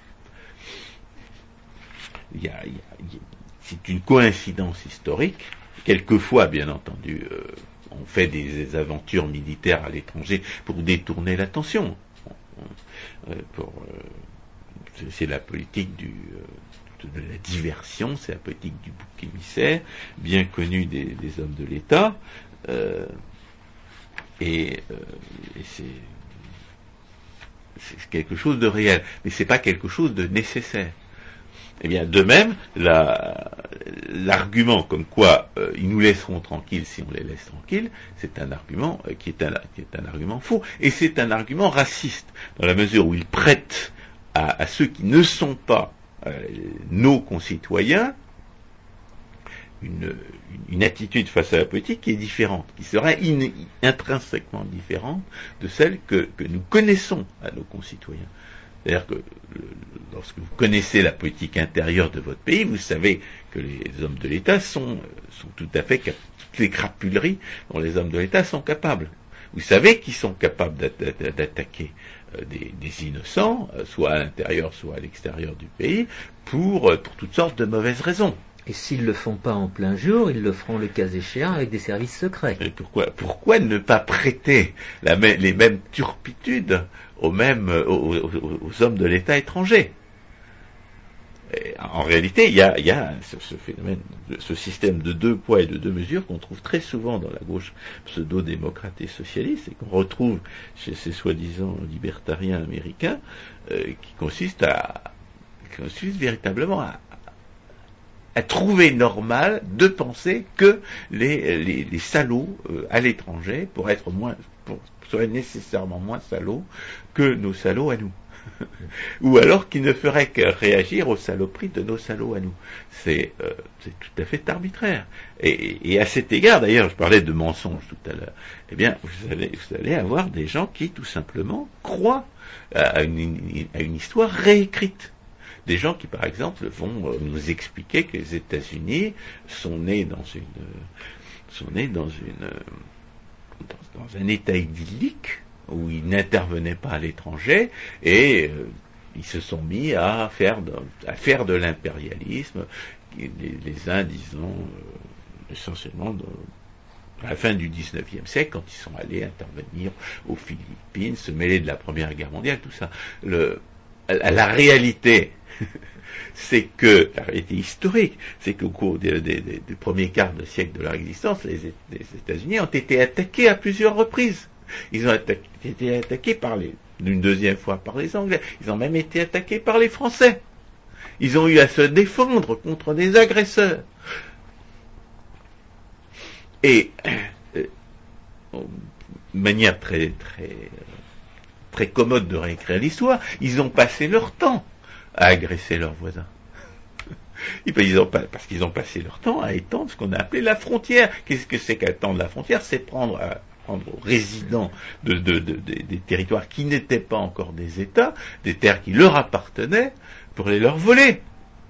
Il y a, il y a, il y a, c'est une coïncidence historique. Quelquefois, bien entendu, euh, on fait des, des aventures militaires à l'étranger pour détourner l'attention. Euh, pour, euh, c'est la politique du, euh, de la diversion, c'est la politique du bouc émissaire, bien connue des, des hommes de l'État, euh, et, euh, et c'est, c'est quelque chose de réel, mais c'est pas quelque chose de nécessaire. Eh bien, de même, la, l'argument comme quoi euh, ils nous laisseront tranquilles si on les laisse tranquilles, c'est un argument euh, qui, est un, qui est un argument faux. Et c'est un argument raciste, dans la mesure où il prête à, à ceux qui ne sont pas euh, nos concitoyens une, une attitude face à la politique qui est différente, qui serait in, intrinsèquement différente de celle que, que nous connaissons à nos concitoyens. C'est-à-dire que lorsque vous connaissez la politique intérieure de votre pays, vous savez que les hommes de l'État sont, sont tout à fait capables, toutes les crapuleries dont les hommes de l'État sont capables. Vous savez qu'ils sont capables d'attaquer des, des innocents, soit à l'intérieur, soit à l'extérieur du pays, pour, pour toutes sortes de mauvaises raisons. Et s'ils ne le font pas en plein jour, ils le feront le cas échéant avec des services secrets. Et pourquoi, pourquoi ne pas prêter la, les mêmes turpitudes aux mêmes aux, aux, aux hommes de l'État étranger? Et en réalité, il y a, il y a ce, ce phénomène, ce système de deux poids et de deux mesures qu'on trouve très souvent dans la gauche pseudo-démocrate et socialiste, et qu'on retrouve chez ces soi-disant libertariens américains, euh, qui consiste à, qui consiste véritablement à, à trouver normal de penser que les, les, les salauds euh, à l'étranger, pour être moins, pour, seraient nécessairement moins salauds que nos salauds à nous. Ou alors qu'ils ne feraient que réagir aux saloperies de nos salauds à nous. C'est, euh, c'est tout à fait arbitraire. Et, et à cet égard, d'ailleurs, je parlais de mensonges tout à l'heure, eh bien, vous allez, vous allez avoir des gens qui, tout simplement, croient à une, à une histoire réécrite. Des gens qui, par exemple, vont nous expliquer que les États-Unis sont nés dans une, sont nés dans une, dans, dans un état idyllique, où ils n'intervenaient pas à l'étranger, et euh, ils se sont mis à faire de, à faire de l'impérialisme, les, les uns disons euh, essentiellement de, à la fin du dix-neuvième siècle, quand ils sont allés intervenir aux Philippines, se mêler de la Première Guerre mondiale, tout ça. Le, la, la réalité, c'est que, la réalité historique, c'est qu'au cours des, des, des, du premier quart de siècle de leur existence, les, les États-Unis ont été attaqués à plusieurs reprises. Ils ont attaqué, été attaqués par les, une deuxième fois par les Anglais. Ils ont même été attaqués par les Français. Ils ont eu à se défendre contre des agresseurs. Et, euh, de manière très, très, très commode de réécrire l'histoire, ils ont passé leur temps à agresser leurs voisins. Ils ont pas, parce qu'ils ont passé leur temps à étendre ce qu'on a appelé la frontière. Qu'est-ce que c'est qu'étendre la frontière? C'est prendre à, aux résidents de, de, de, de, des territoires qui n'étaient pas encore des États, des terres qui leur appartenaient, pour les leur voler.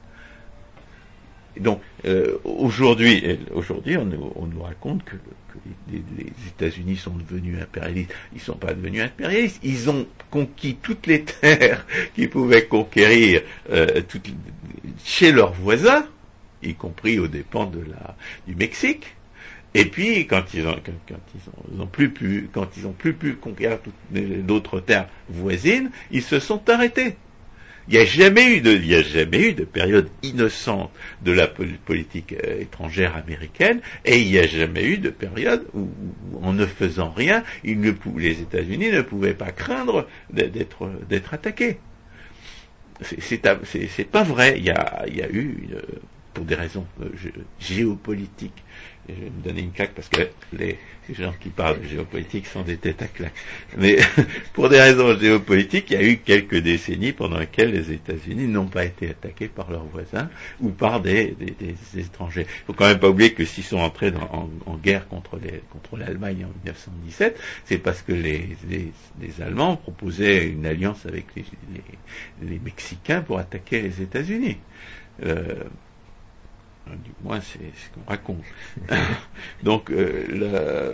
Et donc, euh, aujourd'hui, aujourd'hui on, nous, on nous raconte que, que les, les États-Unis sont devenus impérialistes. Ils ne sont pas devenus impérialistes, ils ont conquis toutes les terres qu'ils pouvaient conquérir euh, toutes, chez leurs voisins, y compris aux dépens de la, du Mexique. Et puis, quand ils ont, quand, quand ils ont, ils ont plus pu, quand ils ont plus pu conquérir toutes d'autres terres voisines, ils se sont arrêtés. Il n'y a jamais eu de, il n'y a jamais eu de période innocente de la politique étrangère américaine, et il n'y a jamais eu de période où, où en ne faisant rien, ils ne, les États-Unis ne pouvaient pas craindre d'être, d'être attaqués. C'est, c'est, c'est, c'est pas vrai. Il y a, il y a eu, une, pour des raisons géopolitiques, et je vais me donner une claque parce que les, les gens qui parlent de géopolitique sont des têtes à claque. Mais pour des raisons géopolitiques, il y a eu quelques décennies pendant lesquelles les États-Unis n'ont pas été attaqués par leurs voisins ou par des, des, des étrangers. Il faut quand même pas oublier que s'ils sont entrés dans, en, en guerre contre, les, contre l'Allemagne en dix-neuf cent dix-sept, c'est parce que les, les, les Allemands proposaient une alliance avec les, les, les Mexicains pour attaquer les États-Unis. Euh, Du moins, c'est ce qu'on raconte. Donc, euh, la,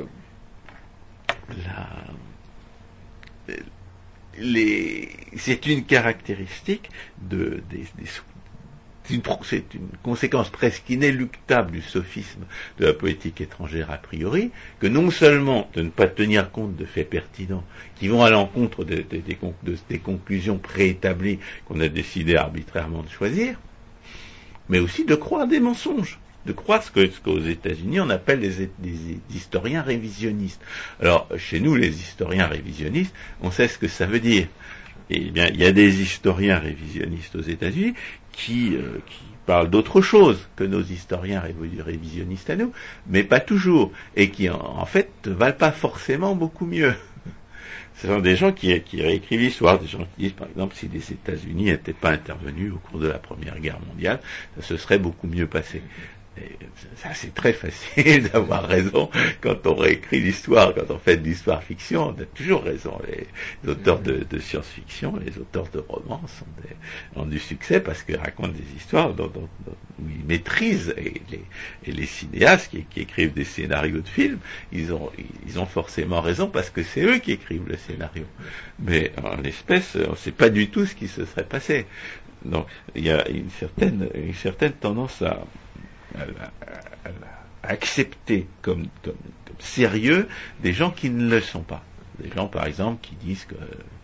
la, les, c'est une caractéristique de, des, des, c'est une, c'est une conséquence presque inéluctable du sophisme de la politique étrangère a priori, que non seulement de ne pas tenir compte de faits pertinents qui vont à l'encontre de, de, de, de, des conclusions préétablies qu'on a décidé arbitrairement de choisir, mais aussi de croire des mensonges, de croire ce, que, ce qu'aux États-Unis on appelle les, les historiens révisionnistes. Alors, chez nous, les historiens révisionnistes, on sait ce que ça veut dire. Eh bien, il y a des historiens révisionnistes aux États-Unis qui, euh, qui parlent d'autre chose que nos historiens révisionnistes à nous, mais pas toujours, et qui, en, en fait, ne valent pas forcément beaucoup mieux. Ce sont des gens qui, qui réécrivent l'histoire, des gens qui disent, par exemple, si les États-Unis n'étaient pas intervenus au cours de la Première Guerre mondiale, ça se serait beaucoup mieux passé. Et ça, c'est très facile d'avoir raison quand on réécrit l'histoire, quand on fait de l'histoire-fiction, on a toujours raison. Les, les auteurs de, de science-fiction, les auteurs de romans sont des, ont du succès parce qu'ils racontent des histoires dont, dont, dont, où ils maîtrisent. Et les, et les cinéastes qui, qui écrivent des scénarios de films, ils ont, ils ont forcément raison parce que c'est eux qui écrivent le scénario. Mais en l'espèce, on ne sait pas du tout ce qui se serait passé. Donc, il y a une certaine, une certaine tendance à À, à, à accepter comme, comme, comme sérieux des gens qui ne le sont pas. Des gens, par exemple, qui disent que,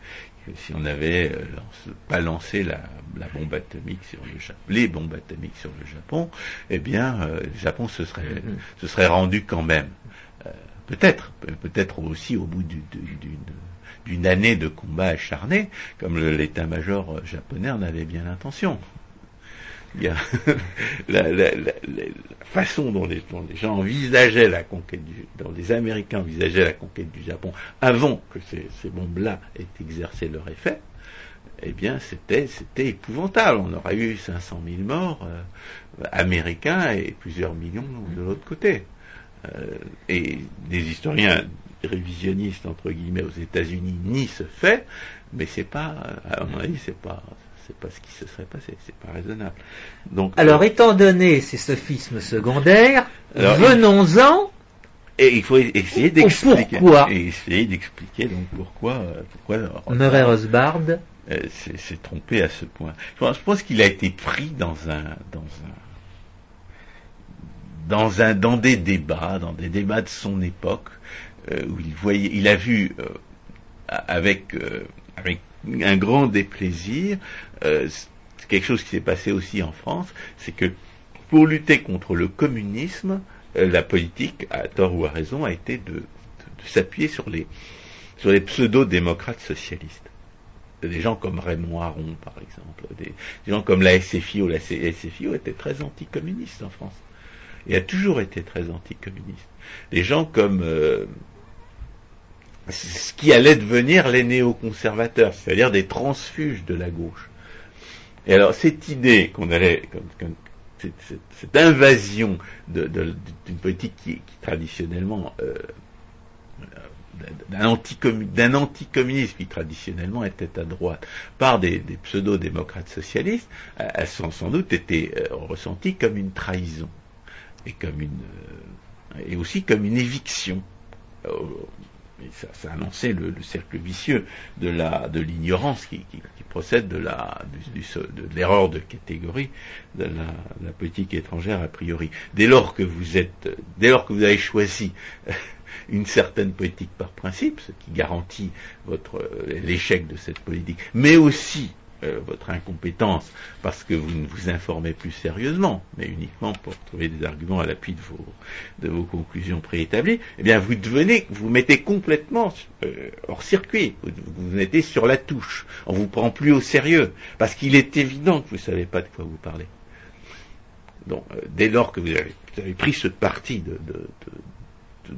si on avait euh, lance, pas lancé la, la bombe atomique sur le Japon, les bombes atomiques sur le Japon, eh bien, euh, le Japon se serait, mm-hmm. se serait rendu quand même. Euh, peut-être, peut-être aussi au bout du, d'une, d'une année de combat acharné, comme le, l'état-major japonais en avait bien l'intention. Il y a la, la, la, la façon dont les, dont les gens envisageaient la conquête du, dont les Américains envisageaient la conquête du Japon avant que ces, ces bombes-là aient exercé leur effet, eh bien, c'était, c'était épouvantable. On aurait eu cinq cent mille morts euh, américains et plusieurs millions de l'autre côté. Euh, et des historiens révisionnistes entre guillemets aux États-Unis nient ce fait, mais c'est pas, à mon avis, c'est pas. C'est pas ce qui se serait passé, c'est pas raisonnable. Donc, alors, euh, étant donné ces sophismes secondaires, alors, venons-en. Et il faut essayer d'expliquer. Pourquoi Et essayer d'expliquer donc pourquoi. Euh, pourquoi Murray Rothbard euh, s'est, s'est trompé à ce point. Je pense, je pense qu'il a été pris dans un, dans un, dans un, dans des débats, dans des débats de son époque, euh, où il voyait, il a vu euh, avec, euh, avec un grand déplaisir, euh, c'est quelque chose qui s'est passé aussi en France, c'est que pour lutter contre le communisme, euh, la politique, à tort ou à raison, a été de, de, de s'appuyer sur les, sur les pseudo-démocrates socialistes. Des gens comme Raymond Aron, par exemple, des, des gens comme la S F I O, la S F I O était très anticommuniste en France, et a toujours été très anticommuniste. Des gens comme... Euh, ce qui allait devenir les néoconservateurs, c'est-à-dire des transfuges de la gauche. Et alors cette idée qu'on allait, comme, comme, cette, cette, cette invasion de, de, d'une politique qui, qui traditionnellement, euh, d'un, anticommun, d'un anticommunisme qui traditionnellement était à droite, par des, des pseudo-démocrates socialistes, a sans, sans doute été euh, ressentie comme une trahison et comme une, euh, et aussi comme une éviction. Euh, Et ça, ça annonçait le, le cercle vicieux de la de l'ignorance qui, qui, qui procède de la du, du, de l'erreur de catégorie de la, de la politique étrangère a priori. Dès lors que vous êtes, dès lors que vous avez choisi une certaine politique par principe, ce qui garantit votre l'échec de cette politique, mais aussi Euh, votre incompétence parce que vous ne vous informez plus sérieusement, mais uniquement pour trouver des arguments à l'appui de vos, de vos conclusions préétablies, eh bien vous devenez, vous mettez complètement euh, hors circuit, vous, vous mettez sur la touche, on vous prend plus au sérieux, parce qu'il est évident que vous ne savez pas de quoi vous parlez. Donc, euh, dès lors que vous avez, vous avez pris ce parti de, de, de, de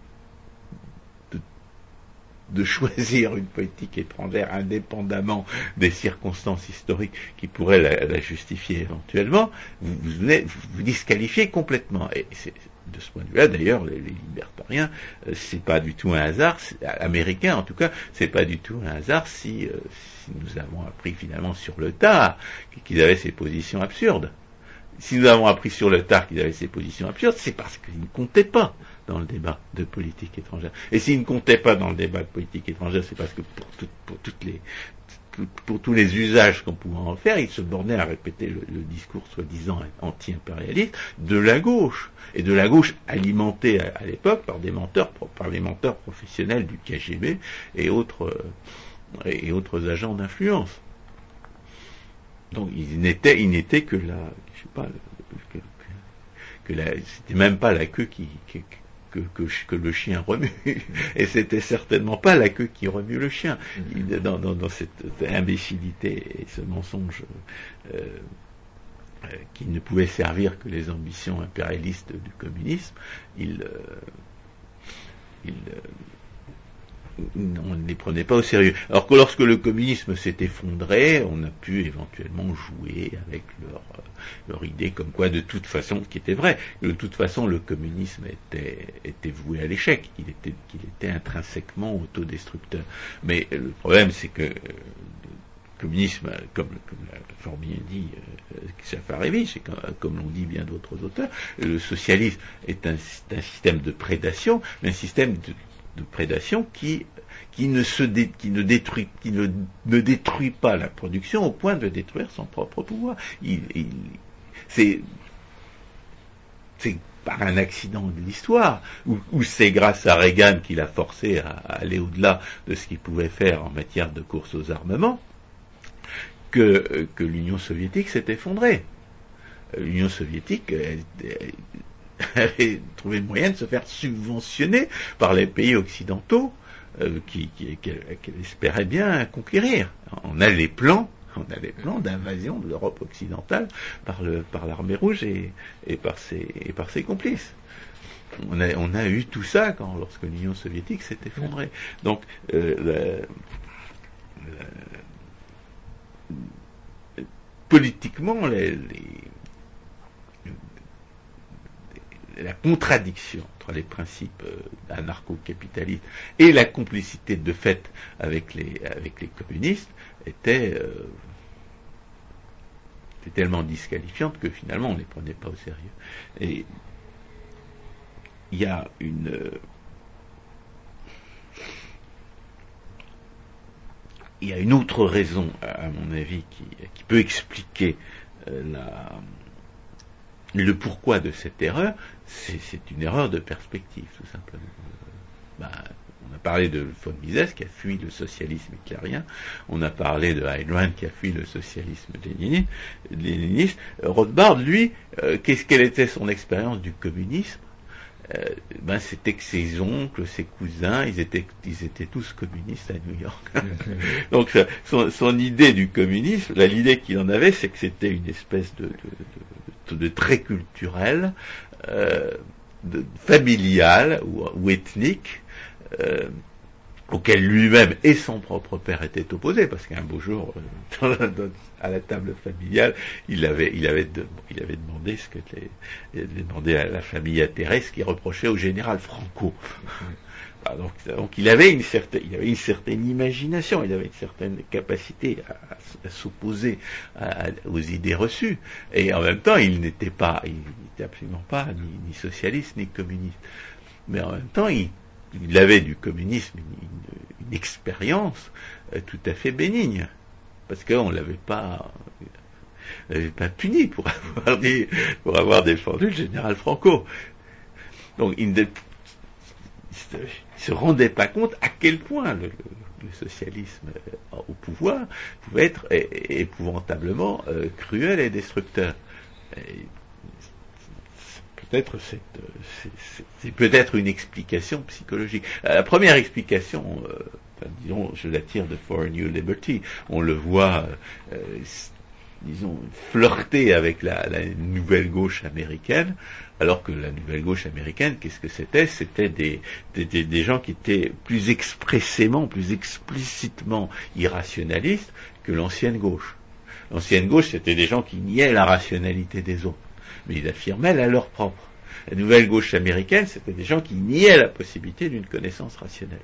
de choisir une politique étrangère indépendamment des circonstances historiques qui pourraient la, la justifier éventuellement, vous vous, venez, vous vous disqualifiez complètement. Et c'est, de ce point de vue-là, d'ailleurs, les, les libertariens, euh, c'est pas du tout un hasard, américain en tout cas, c'est pas du tout un hasard si, euh, si nous avons appris finalement sur le tard qu'ils avaient ces positions absurdes. Si nous avons appris sur le tard qu'ils avaient ces positions absurdes, c'est parce qu'ils ne comptaient pas dans le débat de politique étrangère. Et s'ils ne comptaient pas dans le débat de politique étrangère, c'est parce que pour, tout, pour, toutes les, pour, pour tous les usages qu'on pouvait en faire, ils se bornaient à répéter le, le discours soi-disant anti-impérialiste de la gauche. Et de la gauche alimentée à, à l'époque par des menteurs, par les menteurs professionnels du K G B et autres, et autres agents d'influence. Donc il n'était, il n'était que la, je sais pas, que, que la, c'était même pas la queue qui, qui que, que, que le chien remue, et c'était certainement pas la queue qui remue le chien. Il, dans, dans, dans cette imbécilité et ce mensonge euh, euh, qui ne pouvait servir que les ambitions impérialistes du communisme, il, euh, il euh, on ne les prenait pas au sérieux. Alors que lorsque le communisme s'est effondré, on a pu éventuellement jouer avec leur, leur idée comme quoi de toute façon, ce qui était vrai, de toute façon le communisme était, était voué à l'échec, qu'il était, qu'il était intrinsèquement autodestructeur. Mais le problème c'est que le communisme, comme, comme l'a fort bien dit euh, Saffarevic, et comme, comme l'ont dit bien d'autres auteurs, le socialisme est un, un système de prédation, mais un système de de prédation qui, qui, ne, se dé, qui, ne, détruit, qui ne, ne détruit pas la production au point de détruire son propre pouvoir. Il, il, c'est, c'est par un accident de l'histoire, ou, ou c'est grâce à Reagan qu'il a forcé à, à aller au-delà de ce qu'il pouvait faire en matière de course aux armements, que, que l'Union soviétique s'est effondrée. L'Union soviétique elle, elle, avait trouvé le moyen de se faire subventionner par les pays occidentaux euh, qui, qui, qu'elle, qu'elle espérait bien conquérir. On a les plans, on a les plans d'invasion de l'Europe occidentale par, le, par l'armée rouge et, et, par ses, et par ses complices. On a, on a eu tout ça quand, lorsque l'Union soviétique s'est effondrée. Donc, euh, la, la, politiquement, les, les la contradiction entre les principes euh, anarcho-capitalistes et la complicité de fait avec les, avec les communistes était, euh, était tellement disqualifiante que finalement on ne les prenait pas au sérieux. Et il y a une... Euh, il y a une autre raison, à mon avis, qui, qui peut expliquer euh, la... le pourquoi de cette erreur, c'est, c'est une erreur de perspective, tout simplement. Euh, bah, on a parlé de von Mises qui a fui le socialisme hitlérien, on a parlé de Ayn Rand qui a fui le socialisme léniniste. Rothbard, lui, euh, qu'est-ce quelle était son expérience du communisme? Euh, ben c'était que ses oncles, ses cousins, ils étaient, ils étaient tous communistes à New York. Donc son, son idée du communisme, là, l'idée qu'il en avait, c'est que c'était une espèce de, de, de, de, de trait culturel, euh, de, familial ou, ou ethnique, euh, auquel lui-même et son propre père étaient opposés, parce qu'un beau jour, euh, à la table familiale, il avait, il avait, de, il avait demandé ce que les, il avait demandé à la famille atterrée ce qu'il reprochait au général Franco. Ah, donc, donc il avait une certaine, il avait une certaine imagination, il avait une certaine capacité à, à, à s'opposer à, à, aux idées reçues, et en même temps, il n'était pas, il n'était absolument pas ni, ni socialiste ni communiste, mais en même temps, il Il avait du communisme une, une, une expérience euh, tout à fait bénigne, parce qu'on l'avait pas, on l'avait pas puni pour avoir dit, pour avoir défendu le général Franco. Donc il ne il se rendait pas compte à quel point le, le, le socialisme euh, au pouvoir pouvait être é, é, épouvantablement euh, cruel et destructeur. Et, Peut-être c'est, c'est, c'est, c'est peut-être une explication psychologique. La première explication, euh, enfin, disons, je la tire de For a New Liberty. On le voit, euh, disons, flirter avec la, la nouvelle gauche américaine, alors que la nouvelle gauche américaine, qu'est-ce que c'était? C'était des, des, des, des gens qui étaient plus expressément, plus explicitement irrationalistes que l'ancienne gauche. L'ancienne gauche, c'était des gens qui niaient la rationalité des autres, mais ils affirmaient la leur propre. La nouvelle gauche américaine, c'était des gens qui niaient la possibilité d'une connaissance rationnelle.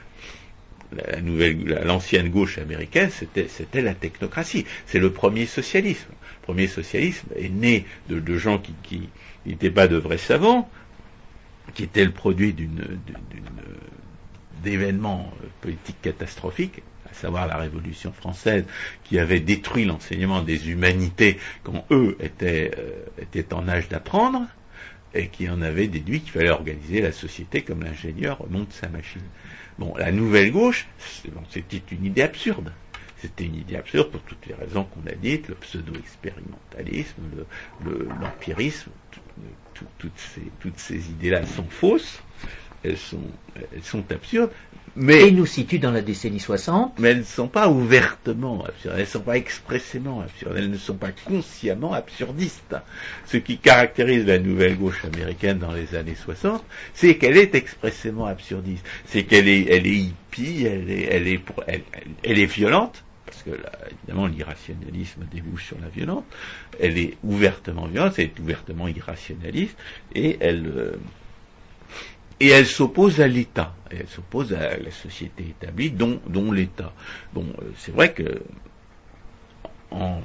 La nouvelle, la, l'ancienne gauche américaine, c'était, c'était la technocratie. C'est le premier socialisme. Le premier socialisme est né de, de gens qui, qui n'étaient pas de vrais savants, qui étaient le produit d'une, d'une, d'une, d'événements politiques catastrophiques, à savoir la Révolution française, qui avait détruit l'enseignement des humanités quand eux étaient, euh, étaient en âge d'apprendre, et qui en avait déduit qu'il fallait organiser la société comme l'ingénieur monte sa machine. Bon, la nouvelle gauche, c'était une idée absurde. C'était une idée absurde pour toutes les raisons qu'on a dites, le pseudo-expérimentalisme, le, le, l'empirisme, tout, tout, toutes ces, toutes ces idées-là sont fausses, elles sont, elles sont absurdes, mais... Et nous situent dans la décennie soixante. Mais elles ne sont pas ouvertement absurdes, elles ne sont pas expressément absurdes, elles ne sont pas consciemment absurdistes. Ce qui caractérise la nouvelle gauche américaine dans les années soixante, c'est qu'elle est expressément absurdiste. C'est qu'elle est, elle est hippie, elle est, elle est, pour, elle, elle, elle est violente, parce que là, évidemment l'irrationalisme débouche sur la violence, elle est ouvertement violente, elle est ouvertement irrationaliste, et elle... Euh, Et elle s'oppose à l'État, et elle s'oppose à la société établie, dont, dont l'État. Bon, c'est vrai que, en,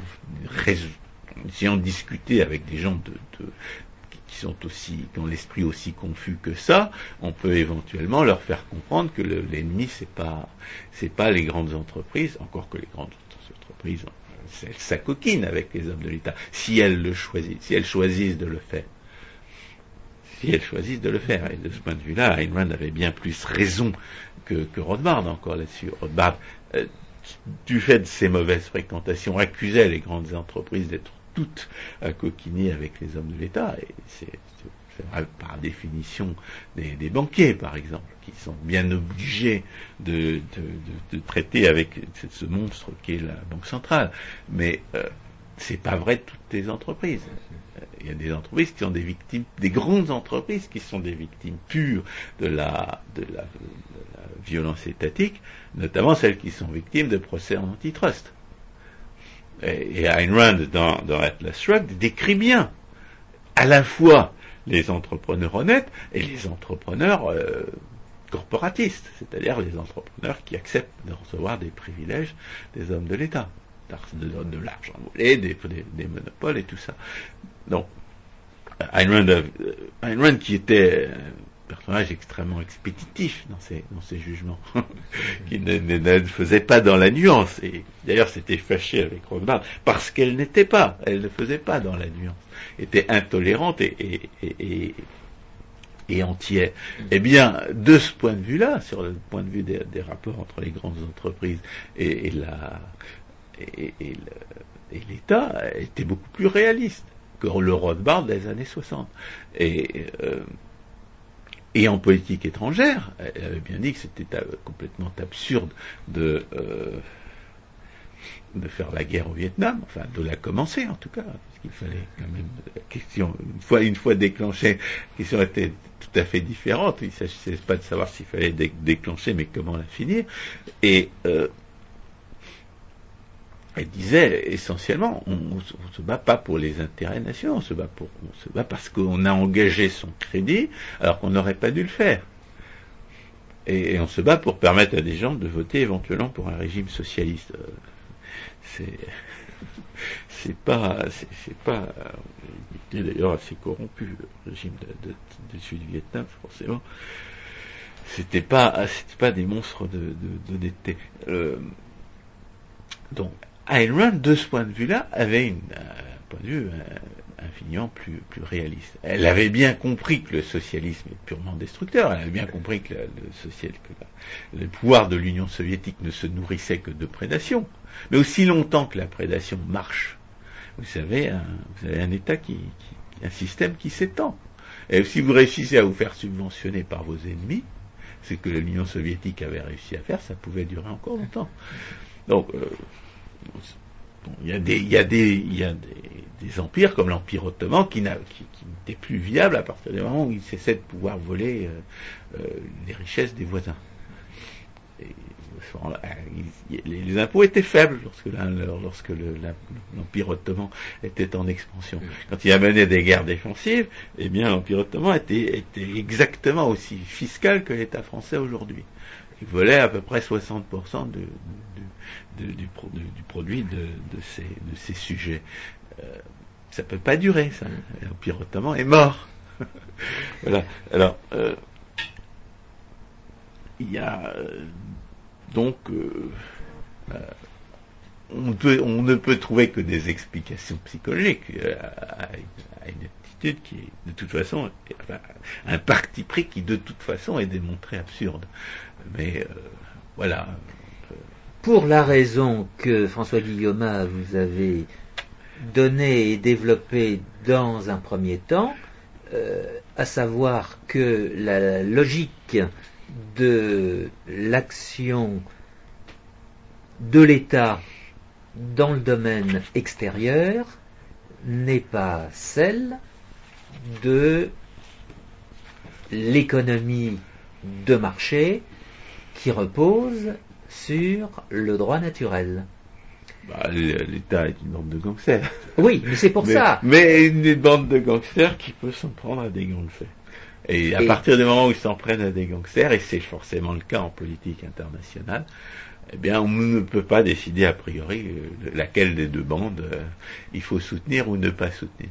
en essayant de discuter avec des gens de, de, qui sont aussi, qui ont l'esprit aussi confus que ça, on peut éventuellement leur faire comprendre que le, l'ennemi, c'est pas, c'est pas les grandes entreprises, encore que les grandes entreprises, elles s'acoquinent avec les hommes de l'État, si elles le choisissent, si elles choisissent de le faire. si elles choisissent de le faire. Et de ce point de vue-là, Ayn Rand avait bien plus raison que, que Rothbard encore là-dessus. Rothbard, euh, du fait de ses mauvaises fréquentations, accusait les grandes entreprises d'être toutes à coquiner avec les hommes de l'État, et c'est, c'est vrai par définition des, des banquiers, par exemple, qui sont bien obligés de, de, de, de traiter avec ce monstre qui est la Banque centrale. Mais euh, c'est pas vrai de toutes les entreprises. Il y a des entreprises qui sont des victimes, des grandes entreprises qui sont des victimes pures de la, de la, de la violence étatique, notamment celles qui sont victimes de procès en antitrust. Et, et Ayn Rand, dans, dans Atlas Shrugged, décrit bien à la fois les entrepreneurs honnêtes et les entrepreneurs euh, corporatistes, c'est-à-dire les entrepreneurs qui acceptent de recevoir des privilèges des hommes de l'État, de, de l'argent volé, des, des, des monopoles et tout ça. Donc, Ayn Rand, euh, Ayn Rand qui était un personnage extrêmement expéditif dans ses, dans ses jugements, qui ne, ne, ne faisait pas dans la nuance, et d'ailleurs s'était fâché avec Rothbard parce qu'elle n'était pas, elle ne faisait pas dans la nuance, était intolérante et, et, et, et, et entière. Eh bien, de ce point de vue-là, sur le point de vue des, des rapports entre les grandes entreprises et, et, la, et, et, le, et l'État, était beaucoup plus réaliste que le Rothbard des années soixante. Et, euh, et en politique étrangère, elle avait bien dit que c'était complètement absurde de, euh, de faire la guerre au Vietnam, enfin de la commencer en tout cas, parce qu'il fallait quand même, la question, une fois, une fois déclenchée, la question était tout à fait différente, il ne s'agissait pas de savoir s'il fallait dé- déclencher, mais comment la finir, et euh, elle disait essentiellement, on ne se bat pas pour les intérêts nationaux, on se bat pour, on se bat parce qu'on a engagé son crédit alors qu'on n'aurait pas dû le faire. Et, et on se bat pour permettre à des gens de voter éventuellement pour un régime socialiste. Euh, c'est, c'est pas, c'est, c'est pas, il était d'ailleurs assez corrompu le régime de, de, de Sud-Vietnam, forcément. C'était pas, c'était pas des monstres de, de, d'honnêteté. Euh, donc Ayn Rand, de ce point de vue-là, avait une, un point de vue un, infiniment plus, plus réaliste. Elle avait bien compris que le socialisme est purement destructeur, elle avait bien compris que, la, le, social, que la, le pouvoir de l'Union soviétique ne se nourrissait que de prédation. Mais aussi longtemps que la prédation marche, vous savez, un, vous avez un État qui, qui, un système qui s'étend. Et si vous réussissez à vous faire subventionner par vos ennemis, c'est que l'Union soviétique avait réussi à faire, ça pouvait durer encore longtemps. Donc, euh, bon, il y a des, il y a des, il y a des, des empires comme l'Empire ottoman qui, n'a, qui, qui n'était plus viable à partir du moment où il cessait de pouvoir voler euh, euh, les richesses des voisins. Et, il, les, les impôts étaient faibles lorsque, la, lorsque le, la, l'Empire ottoman était en expansion. Quand il a mené des guerres défensives, eh bien l'Empire ottoman était, était exactement aussi fiscal que l'État français aujourd'hui. Il volait à peu près soixante pour cent de, de, de, du, du, du produit de, de, ces, de ces sujets. Euh, ça peut pas durer, ça. L'Empire ottoman est mort. Voilà. Alors, euh, il y a euh, donc, euh, euh, on, peut, on ne peut trouver que des explications psychologiques euh, à, à une attitude qui est, de toute façon, enfin, un parti pris qui, de toute façon, est démontré absurde. Mais euh, voilà. Pour la raison que François Guillaumat vous avez donnée et développée dans un premier temps, euh, à savoir que la logique de l'action de l'État dans le domaine extérieur n'est pas celle de l'économie de marché qui repose sur le droit naturel. Bah, l'État est une bande de gangsters. Oui, mais c'est pour mais, ça. Mais une bande de gangsters qui peut s'en prendre à des grands faits. Et à et partir du moment où ils s'en prennent à des gangsters, et c'est forcément le cas en politique internationale, eh bien, on ne peut pas décider a priori euh, laquelle des deux bandes euh, il faut soutenir ou ne pas soutenir.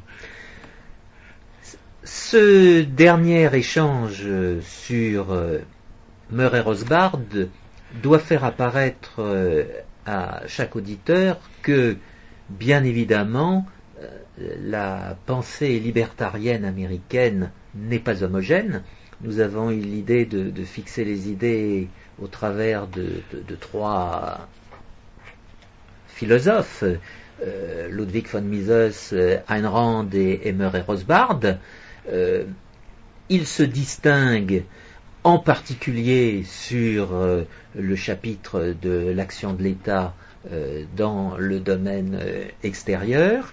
Ce dernier échange sur euh, Murray Rothbard doit faire apparaître euh, à chaque auditeur que, bien évidemment, euh, la pensée libertarienne américaine n'est pas homogène. Nous avons eu l'idée de, de fixer les idées au travers de, de, de trois philosophes, euh, Ludwig von Mises, Ayn Rand et, et Murray Rothbard. Euh, ils se distinguent en particulier sur euh, le chapitre de l'action de l'État euh, dans le domaine euh, extérieur,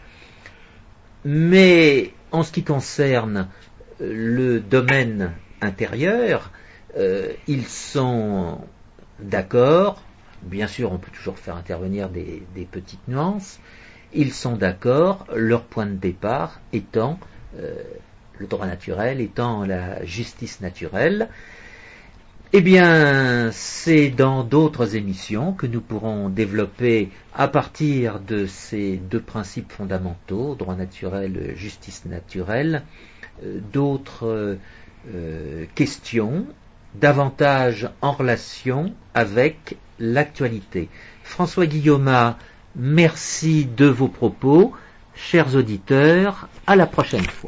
mais en ce qui concerne euh, le domaine intérieur, euh, ils sont d'accord. Bien sûr, on peut toujours faire intervenir des, des petites nuances. Ils sont d'accord, leur point de départ étant euh, le droit naturel, étant la justice naturelle. Eh bien, c'est dans d'autres émissions que nous pourrons développer, à partir de ces deux principes fondamentaux, droit naturel, justice naturelle, euh, d'autres euh, questions, davantage en relation avec l'actualité. François Guillaume, merci de vos propos. Chers auditeurs, à la prochaine fois.